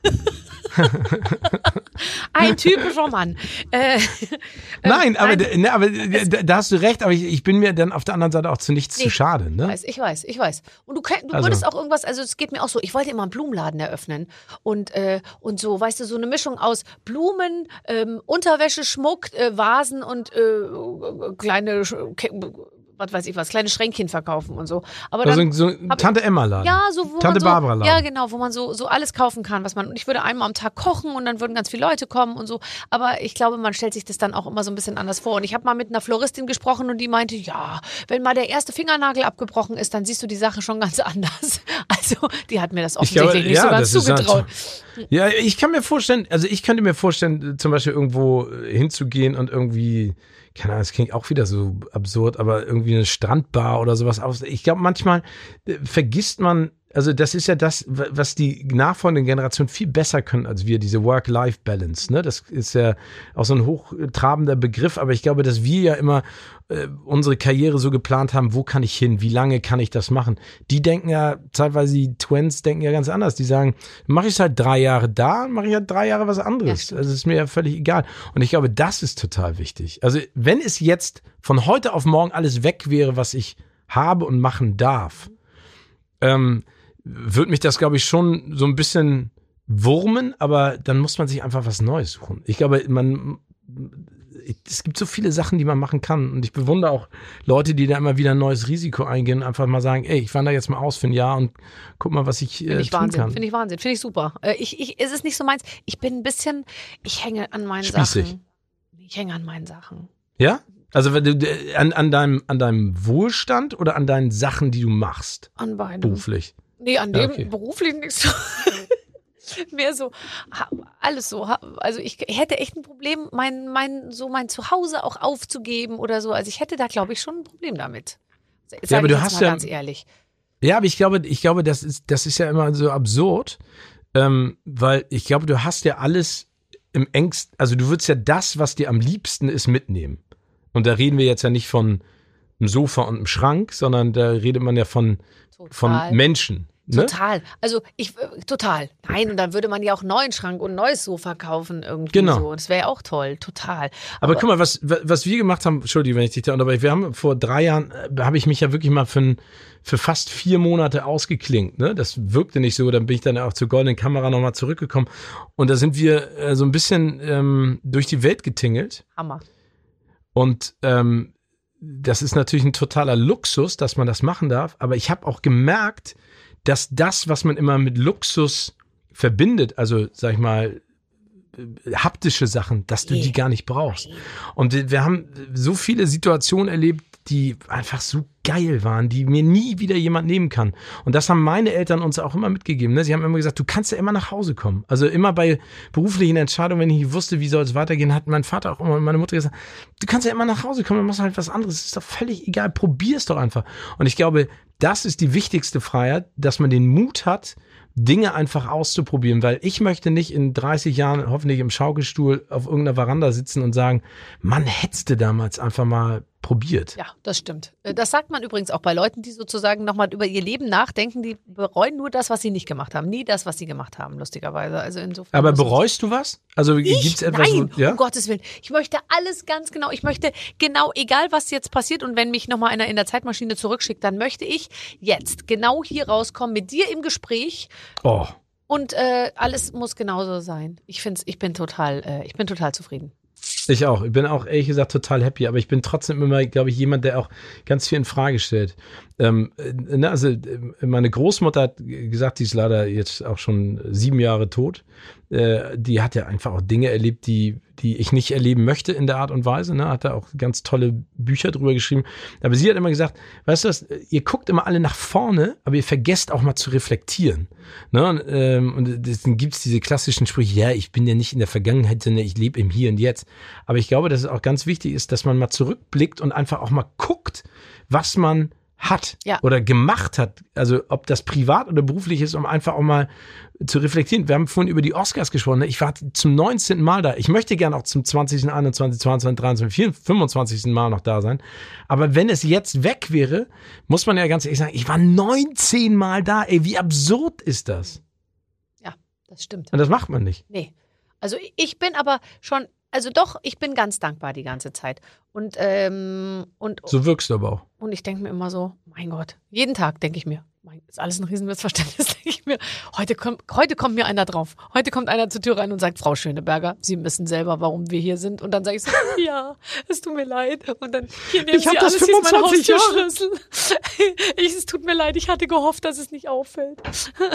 Ein typischer Mann. Äh, Nein, aber, ein- da- ne, aber da, da hast du recht, aber ich, ich bin mir dann auf der anderen Seite auch zu nichts Nee, zu schade. Ich Ne? weiß, ich weiß, ich weiß. Und du, kenn- du Also- würdest auch irgendwas, also es geht mir auch so, ich wollte immer einen Blumenladen eröffnen und, äh, und so, weißt du, so eine Mischung aus Blumen, ähm, Unterwäsche, Schmuck, äh, Vasen und äh, kleine, Sch- Ke- was weiß ich was, kleine Schränkchen verkaufen und so. Aber dann, Also so ein hab- Tante Emma-Laden. ja, so wo Tante man so, Barbara Laden. ja genau, wo man so so alles kaufen kann, was man. Und ich würde einmal am Tag kochen und dann würden ganz viele Leute kommen und so. Aber ich glaube, man stellt sich das dann auch immer so ein bisschen anders vor. Und ich habe mal mit einer Floristin gesprochen und die meinte, ja, wenn mal der erste Fingernagel abgebrochen ist, dann siehst du die Sache schon ganz anders. Also die hat mir das Ich glaube, offensichtlich nicht ja, so ganz das ist zugetraut. Ja, ich kann mir vorstellen, also ich könnte mir vorstellen, zum Beispiel irgendwo hinzugehen und irgendwie, keine Ahnung, das klingt auch wieder so absurd, aber irgendwie eine Strandbar oder sowas aus. Ich glaube, manchmal äh, vergisst man, also das ist ja das, wa- was die nachfolgenden Generationen viel besser können als wir, diese Work-Life-Balance. Ne? Das ist ja auch so ein hochtrabender Begriff, aber ich glaube, dass wir ja immer äh, unsere Karriere so geplant haben, wo kann ich hin, wie lange kann ich das machen. Die denken ja, teilweise die Twins denken ja ganz anders. Die sagen, mache ich es halt drei Jahre da, mache ich halt drei Jahre was Ja, anderes. stimmt. Also ist mir ja völlig egal. Und ich glaube, das ist total wichtig. Also wenn es jetzt von heute auf morgen alles weg wäre, was ich habe und machen darf, ähm, würde mich das, glaube ich, schon so ein bisschen wurmen, aber dann muss man sich einfach was Neues suchen. Ich glaube, man, es gibt so viele Sachen, die man machen kann. Und ich bewundere auch Leute, die da immer wieder ein neues Risiko eingehen und einfach mal sagen, ey, ich wandere jetzt mal aus für ein Jahr und guck mal, was ich, äh, Finde ich tun Wahnsinn, kann. finde ich Wahnsinn, finde ich super. Äh, ich, ich, es ist nicht so meins. Ich bin ein bisschen, ich hänge an meinen Spießig. Sachen. Ich hänge an meinen Sachen. Ja? Also wenn du, an, an, deinem, an deinem Wohlstand oder an deinen Sachen, die du machst? An beiden. Beruflich? Nee, an Ja, dem okay. beruflich nichts. Mehr so, ha, alles so. Ha, also ich hätte echt ein Problem, mein, mein, so mein Zuhause auch aufzugeben oder so. Also ich hätte da, glaube ich, schon ein Problem damit. Sag Ja, aber ich du jetzt hast mal ja- ganz ehrlich. Ja, aber ich glaube, ich glaube, das ist, das ist ja immer so absurd, ähm, weil ich glaube, du hast ja alles im engsten, also du würdest ja das, was dir am liebsten ist, mitnehmen. Und da reden wir jetzt ja nicht von einem Sofa und einem Schrank, sondern da redet man ja von, von Total. Menschen. Ne? Total. Also ich äh, total. Nein, und dann würde man ja auch einen neuen Schrank und ein neues Sofa kaufen irgendwie Genau. so. Das wäre ja auch toll, total. Aber guck mal, was, was wir gemacht haben, Entschuldigung, wenn ich dich da unterbreche, wir haben vor drei Jahren, äh, habe ich mich ja wirklich mal für, ein, für fast vier Monate ausgeklinkt. Ne? Das wirkte nicht so, dann bin ich dann auch zur goldenen Kamera nochmal zurückgekommen. Und da sind wir äh, so ein bisschen ähm, durch die Welt getingelt. Hammer. Und ähm, das ist natürlich ein totaler Luxus, dass man das machen darf. Aber ich habe auch gemerkt, dass das, was man immer mit Luxus verbindet, also sag ich mal, äh, haptische Sachen, dass du Nee. die gar nicht brauchst. Und wir wir haben so viele Situationen erlebt, die einfach so geil waren, die mir nie wieder jemand nehmen kann. Und das haben meine Eltern uns auch immer mitgegeben. Ne? Sie haben immer gesagt, du kannst ja immer nach Hause kommen. Also immer bei beruflichen Entscheidungen, wenn ich nicht wusste, wie soll es weitergehen, hat mein Vater auch immer und meine Mutter gesagt, du kannst ja immer nach Hause kommen, dann machst du halt was anderes. Ist doch völlig egal, probier's doch einfach. Und ich glaube, das ist die wichtigste Freiheit, dass man den Mut hat, Dinge einfach auszuprobieren, weil ich möchte nicht in dreißig Jahren hoffentlich im Schaukelstuhl auf irgendeiner Veranda sitzen und sagen, Mann, hättest du damals einfach mal probiert. Ja, das stimmt. Äh, Das sagt man übrigens auch bei Leuten, die sozusagen nochmal über ihr Leben nachdenken, die bereuen nur das, was sie nicht gemacht haben. Nie das, was sie gemacht haben, lustigerweise. Also insofern. Aber muss man- bereust du was? Also Ich? gibt's etwas, Nein, wo, ja? um Gottes Willen. Ich möchte alles ganz genau. Ich möchte genau, egal was jetzt passiert und wenn mich nochmal einer in der Zeitmaschine zurückschickt, dann möchte ich jetzt genau hier rauskommen mit dir im Gespräch Oh. und äh, alles muss genauso sein. Ich find's, ich bin total, äh, ich bin total zufrieden. Ich auch. Ich bin auch ehrlich gesagt total happy, aber ich bin trotzdem immer, glaube ich, jemand, der auch ganz viel in Frage stellt. Ähm, äh, ne, also äh, meine Großmutter hat gesagt, die ist leider jetzt auch schon sieben Jahre tot. Äh, die hat ja einfach auch Dinge erlebt, die, die ich nicht erleben möchte in der Art und Weise. Ne? Hat da auch ganz tolle Bücher drüber geschrieben. Aber sie hat immer gesagt, weißt du was, ihr guckt immer alle nach vorne, aber ihr vergesst auch mal zu reflektieren. Ne? Und, ähm, und dann gibt es diese klassischen Sprüche, ja, ich bin ja nicht in der Vergangenheit, sondern ich lebe im Hier und Jetzt. Aber ich glaube, dass es auch ganz wichtig ist, dass man mal zurückblickt und einfach auch mal guckt, was man hat Ja. oder gemacht hat, also ob das privat oder beruflich ist, um einfach auch mal zu reflektieren. Wir haben vorhin über die Oscars gesprochen. Ne? Ich war zum neunzehnten Mal da. Ich möchte gerne auch zum zwanzigsten, einundzwanzigsten, zweiundzwanzigsten, dreiundzwanzigsten, fünfundzwanzigsten Mal noch da sein. Aber wenn es jetzt weg wäre, muss man ja ganz ehrlich sagen, ich war neunzehn Mal da. Ey, wie absurd ist das? Ja, das stimmt. Und das macht man nicht. Nee. Also ich bin aber schon, also doch, ich bin ganz dankbar die ganze Zeit. Und, ähm, und, So wirkst du aber auch. und ich denke mir immer so, mein Gott, jeden Tag denke ich mir, mein, ist alles ein Riesenmissverständnis, denke ich mir. Heute kommt, heute kommt mir einer drauf. Heute kommt einer zur Tür rein und sagt, Frau Schöneberger, Sie wissen selber, warum wir hier sind. Und dann sage ich so, ja, es tut mir leid. Und dann, hier nehmen Ich hab Sie das alles, hier ist mein fünfundzwanzig Jahre. Haustürschlüssel. Ich, es tut mir leid, ich hatte gehofft, dass es nicht auffällt.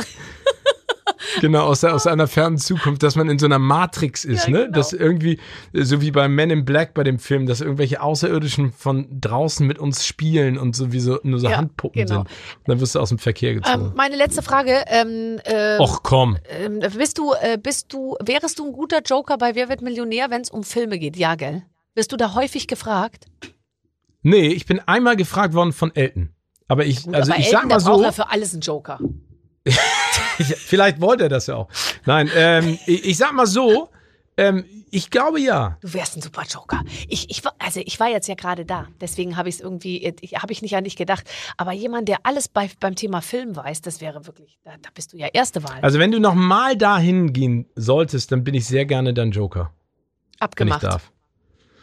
Genau, aus, der, aus einer fernen Zukunft, dass man in so einer Matrix ist, Ja, ne? genau. Dass irgendwie, so wie bei Men in Black bei dem Film, dass irgendwelche Außerirdischen von draußen mit uns spielen und sowieso nur so Ja, Handpuppen genau. sind. Dann wirst du aus dem Verkehr gezogen. Ähm, meine letzte Frage, ähm, ähm, Och komm. ähm, bist du, äh, bist du, wärest du ein guter Joker bei Wer wird Millionär, wenn es um Filme geht? Ja, gell? Wirst du da häufig gefragt? Nee, ich bin einmal gefragt worden von Elton. Aber ich, Gut, also aber ich Elton, sag mal der braucht so, ja für alles einen Joker. ich, vielleicht wollte er das ja auch. Nein, ähm, ich, ich sag mal so, ähm, ich glaube ja. Du wärst ein super Joker. Ich, ich, war- also ich war jetzt ja gerade da, deswegen habe ich es irgendwie, ich, habe ich nicht an dich gedacht. Aber jemand, der alles bei, beim Thema Film weiß, das wäre wirklich, da, da bist du ja erste Wahl. Also wenn du noch mal dahin gehen solltest, dann bin ich sehr gerne dein Joker, wenn ich Abgemacht. darf.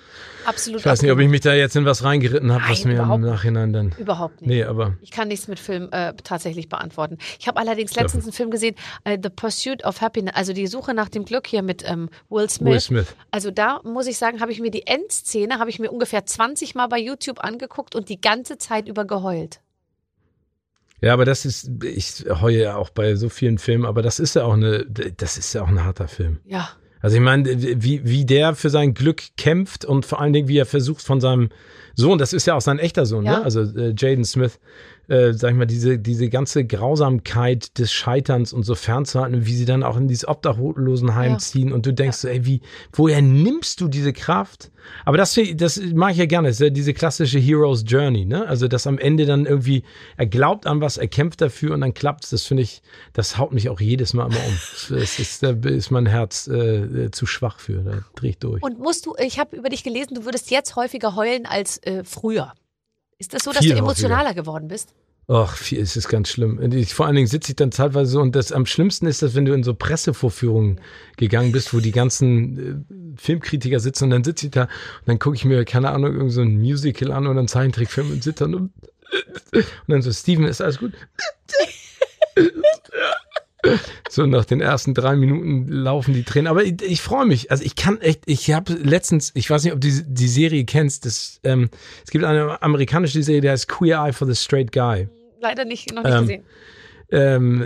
absolut. Ich weiß nicht, ob ich mich da jetzt in was reingeritten habe, was mir im nicht. Nachhinein dann... Überhaupt nicht. Nee, aber... Ich kann nichts mit Film äh, tatsächlich beantworten. Ich habe allerdings letztens einen Film gesehen, äh, The Pursuit of Happiness, also die Suche nach dem Glück hier mit ähm, Will Smith. Will Smith. Also da muss ich sagen, habe ich mir die Endszene, habe ich mir ungefähr zwanzig Mal bei YouTube angeguckt und die ganze Zeit über geheult. Ja, aber das ist, ich heule ja auch bei so vielen Filmen, aber das ist ja auch eine, das ist ja auch ein harter Film. Ja. Also ich meine, wie, wie der für sein Glück kämpft und vor allen Dingen, wie er versucht von seinem Sohn, das ist ja auch sein echter Sohn, ja. ne? Also äh, Jaden Smith, äh, sag ich mal, diese, diese ganze Grausamkeit des Scheiterns und so fernzuhalten, wie sie dann auch in dieses Obdachlosenheim ja. ziehen und du denkst ja. so, ey, wie, woher nimmst du diese Kraft? Aber das, das mag ich ja gerne, das ist ja diese klassische Hero's Journey, ne? Also, dass am Ende dann irgendwie, er glaubt an was, er kämpft dafür und dann klappt's, das finde ich, das haut mich auch jedes Mal immer um. Das ist, da ist mein Herz äh, zu schwach für, da dreh ich durch. Und musst du, ich habe über dich gelesen, du würdest jetzt häufiger heulen als äh, früher. Ist das so, dass Viel du emotionaler häufiger. geworden bist? Ach, es ist ganz schlimm. Ich, vor allen Dingen sitze ich dann zeitweise so und das am schlimmsten ist, dass wenn du in so Pressevorführungen gegangen bist, wo die ganzen äh, Filmkritiker sitzen und dann sitze ich da und dann gucke ich mir, keine Ahnung, irgend so ein Musical an oder einen Zeichentrickfilm und sitze dann und, und dann so, Steven, ist alles gut? So nach den ersten drei Minuten laufen die Tränen. Aber ich, ich freue mich. Also ich kann echt, ich habe letztens, ich weiß nicht, ob du die, die Serie kennst, das, ähm, es gibt eine amerikanische Serie, die heißt Queer Eye for the Straight Guy. Leider nicht, noch nicht ähm, gesehen. Ähm,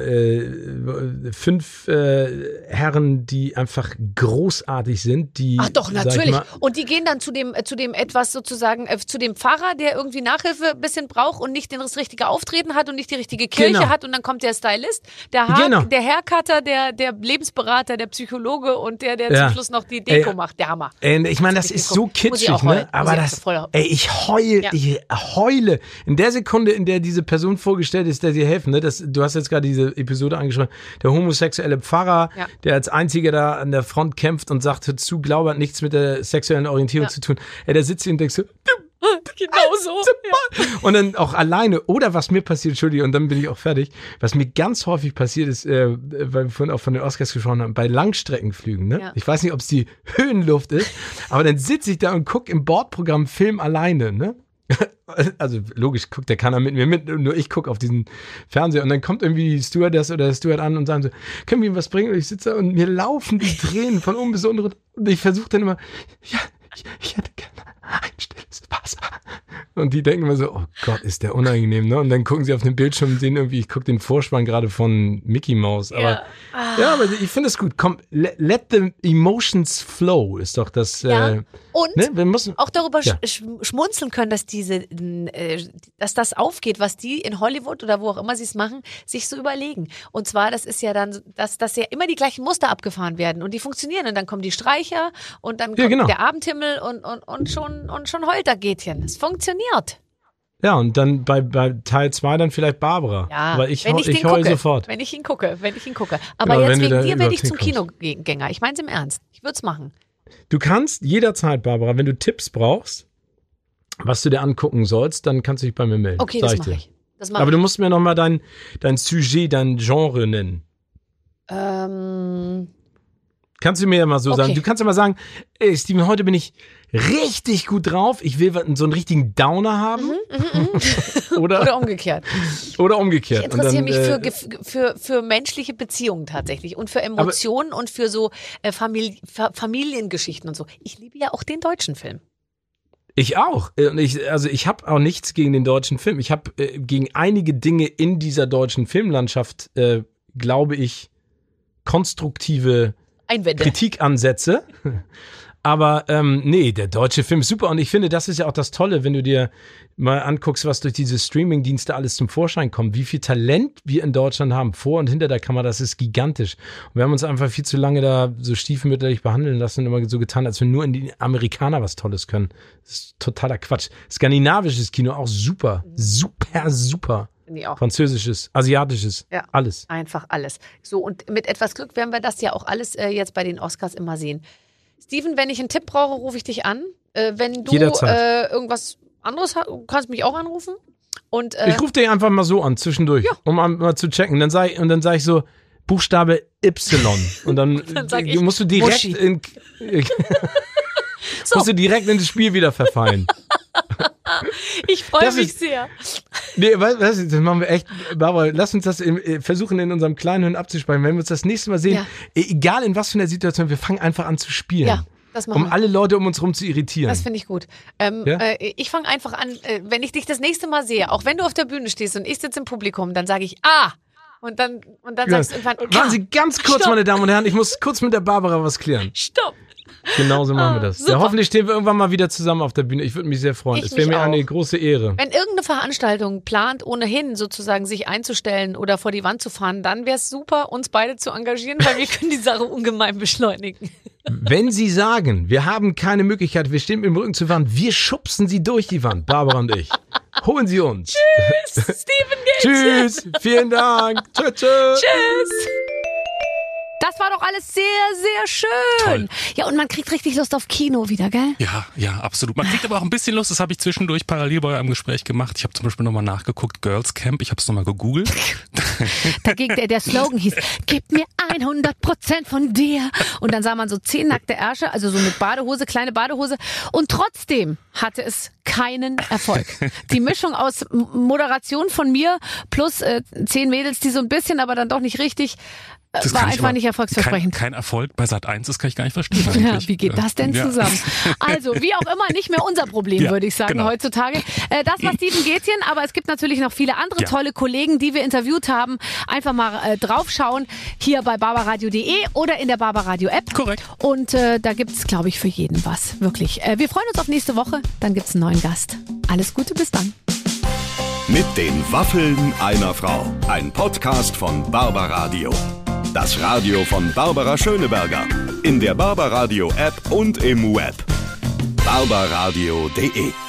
äh, fünf äh, Herren, die einfach großartig sind. Die, Ach doch, sag ich natürlich. mal, Und die gehen dann zu dem, äh, zu dem etwas sozusagen, äh, zu dem Pfarrer, der irgendwie Nachhilfe ein bisschen braucht und nicht das richtige Auftreten hat und nicht die richtige Kirche Genau. hat. Und dann kommt der Stylist, der, Haar, Genau. der Haircutter, der, der Lebensberater, der Psychologe und der, der Ja. zum Schluss noch die Deko Ey, macht. Der Hammer. Äh, ich meine, das Muss ich ist so gucken. Muss ich kitschig, auch heulen. ne? Aber Muss ich das, auch voll- ey, ich heule, Ja. ich heule. In der Sekunde, in der diese Person vorgestellt ist, der dir helfen, ne? Das, du hast jetzt gerade diese Episode angesprochen, der homosexuelle Pfarrer, Ja. der als einziger da an der Front kämpft und sagt, hör zu, Glaube hat nichts mit der sexuellen Orientierung Ja. zu tun. Ey, der sitzt hier und denkt so, Genau so. Ja. und dann auch alleine, oder was mir passiert, Entschuldigung, und dann bin ich auch fertig, was mir ganz häufig passiert ist, äh, weil wir vorhin auch von den Oscars gesprochen haben, bei Langstreckenflügen, ne? Ja. Ich weiß nicht, ob es die Höhenluft ist, aber dann sitze ich da und gucke im Bordprogramm Film alleine, ne? Also logisch guckt der keiner mit mir mit, nur ich gucke auf diesen Fernseher und dann kommt irgendwie die Stewardess oder der Steward an und sagen so, können wir ihm was bringen? Und ich sitze da und mir laufen die Tränen von oben bis unten und ich versuche dann immer, ja, ich, ich hätte gerne ein stilles Wasser. Und die denken immer so, oh Gott, ist der unangenehm, ne? Und dann gucken sie auf den Bildschirm und sehen irgendwie, ich gucke den Vorspann gerade von Mickey Mouse. Aber Ja. Ah. ja, aber ich finde es gut. Komm, let, let the emotions flow ist doch das. Ja. Äh, Und ne? Wir müssen auch darüber Ja. sch schmunzeln können, dass diese, äh, dass das aufgeht, was die in Hollywood oder wo auch immer sie es machen, sich so überlegen. Und zwar, das ist ja dann, so, dass, dass ja immer die gleichen Muster abgefahren werden und die funktionieren und dann kommen die Streicher und dann kommt Ja, genau. der Abendhimmel und, und, und schon und schon heult der Gätchen. Es funktioniert. Ja, und dann bei, bei Teil zwei dann vielleicht Barbara. Ja, Aber ich, wenn hau- ich, ich den heul gucke, sofort. wenn ich ihn gucke, wenn ich ihn gucke. Aber Genau, jetzt wenn du wegen da dir werde ich überhaupt zum hinkommst. Kinogänger. Ich meine es im Ernst. Ich würde es machen. Du kannst jederzeit, Barbara, wenn du Tipps brauchst, was du dir angucken sollst, dann kannst du dich bei mir melden. Okay, Sag das ich mache dir. ich. Das mache Aber ich. du musst mir nochmal dein, dein Sujet, dein Genre nennen. Ähm, Kannst du mir ja mal so Okay. sagen. Du kannst ja mal sagen, ey, Steven, heute bin ich richtig gut drauf. Ich will so einen richtigen Downer haben. oder, oder umgekehrt. oder Ich umgekehrt. Und interessiere dann, mich für, äh, gef- für, für menschliche Beziehungen tatsächlich und für Emotionen und für so äh, Famili Fa Familiengeschichten und so. Ich liebe ja auch den deutschen Film. Ich auch. Äh, und Ich, also ich habe auch nichts gegen den deutschen Film. Ich habe äh, gegen einige Dinge in dieser deutschen Filmlandschaft, äh, glaube ich, konstruktive Einwände. Kritikansätze. Aber ähm, nee, der deutsche Film ist super. Und ich finde, das ist ja auch das Tolle, wenn du dir mal anguckst, was durch diese Streaming-Dienste alles zum Vorschein kommt. Wie viel Talent wir in Deutschland haben, vor und hinter der Kamera, das ist gigantisch. Und wir haben uns einfach viel zu lange da so stiefmütterlich behandeln lassen und immer so getan, als wenn nur in die Amerikaner was Tolles können. Das ist totaler Quatsch. Skandinavisches Kino auch super. Super, super. Finde ich auch. Französisches, asiatisches, Ja. alles. Einfach alles. So, und mit etwas Glück werden wir das ja auch alles äh, jetzt bei den Oscars immer sehen. Steven, wenn ich einen Tipp brauche, rufe ich dich an. Äh, wenn du Jederzeit. äh, irgendwas anderes hast, kannst mich auch anrufen. Und äh, Ich rufe dich einfach mal so an, zwischendurch, Ja. um mal, mal zu checken. Dann sag ich, und dann sage ich so, Buchstabe Y. Und dann, Dann sag ich, musst du direkt Muschi. in. So. Musst du direkt in das Spiel wieder verfallen. Ich freue Das mich ist- sehr. Nee, was, was, das machen wir echt. Barbara, lass uns das im, äh, versuchen in unserem kleinen Hirn abzuspeichern. Wenn wir uns das nächste Mal sehen, Ja. äh, egal in was für einer Situation, wir fangen einfach an zu spielen. Ja, das machen Um wir. alle Leute um uns rum zu irritieren. Das finde ich gut. Ähm, Ja? äh, ich fange einfach an, äh, wenn ich dich das nächste Mal sehe, auch wenn du auf der Bühne stehst und ich sitze im Publikum, dann sage ich ah. Und dann, und dann Ja. sagst du irgendwann, Warten ah, Sie ganz kurz, stopp, meine Damen und Herren, ich muss kurz mit der Barbara was klären. stopp. Genauso machen wir Ah, das. Ja, super. hoffentlich stehen wir irgendwann mal wieder zusammen auf der Bühne. Ich würde mich sehr freuen. Ich Es wäre mich mir eine auch. große Ehre. Wenn irgendeine Veranstaltung plant, ohnehin sozusagen sich einzustellen oder vor die Wand zu fahren, dann wäre es super, uns beide zu engagieren, weil wir können die Sache ungemein beschleunigen. Wenn Sie sagen, wir haben keine Möglichkeit, wir stehen mit dem Rücken zur Wand, wir schubsen Sie durch die Wand, Barbara und ich. Holen Sie uns. Steven geht's. Tschüss, vielen Dank. Tschüss. Tschüss. Tschüss. Das war doch alles sehr, sehr schön. Toll. Ja, und man kriegt richtig Lust auf Kino wieder, gell? Ja, ja, absolut. Man kriegt aber auch ein bisschen Lust, das habe ich zwischendurch parallel bei eurem Gespräch gemacht. Ich habe zum Beispiel nochmal nachgeguckt, Girls Camp, ich habe es nochmal gegoogelt. Dagegen der, der Slogan hieß, gib mir hundert Prozent von dir. Und dann sah man so zehn nackte Ärsche, also so mit Badehose, kleine Badehose. Und trotzdem hatte es keinen Erfolg. Die Mischung aus M- Moderation von mir plus äh, zehn Mädels, die so ein bisschen, aber dann doch nicht richtig, äh, Das war kann ich einfach aber- nicht erfolgsversprechend. Kein, kein Erfolg bei Sat eins, das kann ich gar nicht verstehen Ja, eigentlich. wie geht das denn Ja. zusammen? Also, wie auch immer, nicht mehr unser Problem, Ja, würde ich sagen, genau. heutzutage. Äh, das war Steven Gätjen, aber es gibt natürlich noch viele andere Ja. tolle Kollegen, die wir interviewt haben. Einfach mal äh, draufschauen, hier bei barbaradio punkt de oder in der Barbaradio App. Korrekt. Und äh, da gibt's, glaube ich, für jeden was. Wirklich. Äh, wir freuen uns auf nächste Woche. Dann gibt's einen neuen Gast. Alles Gute, bis dann. Mit den Waffeln einer Frau. Ein Podcast von Barbaradio. Das Radio von Barbara Schöneberger. In der Barbaradio App und im Web. barbaradio punkt de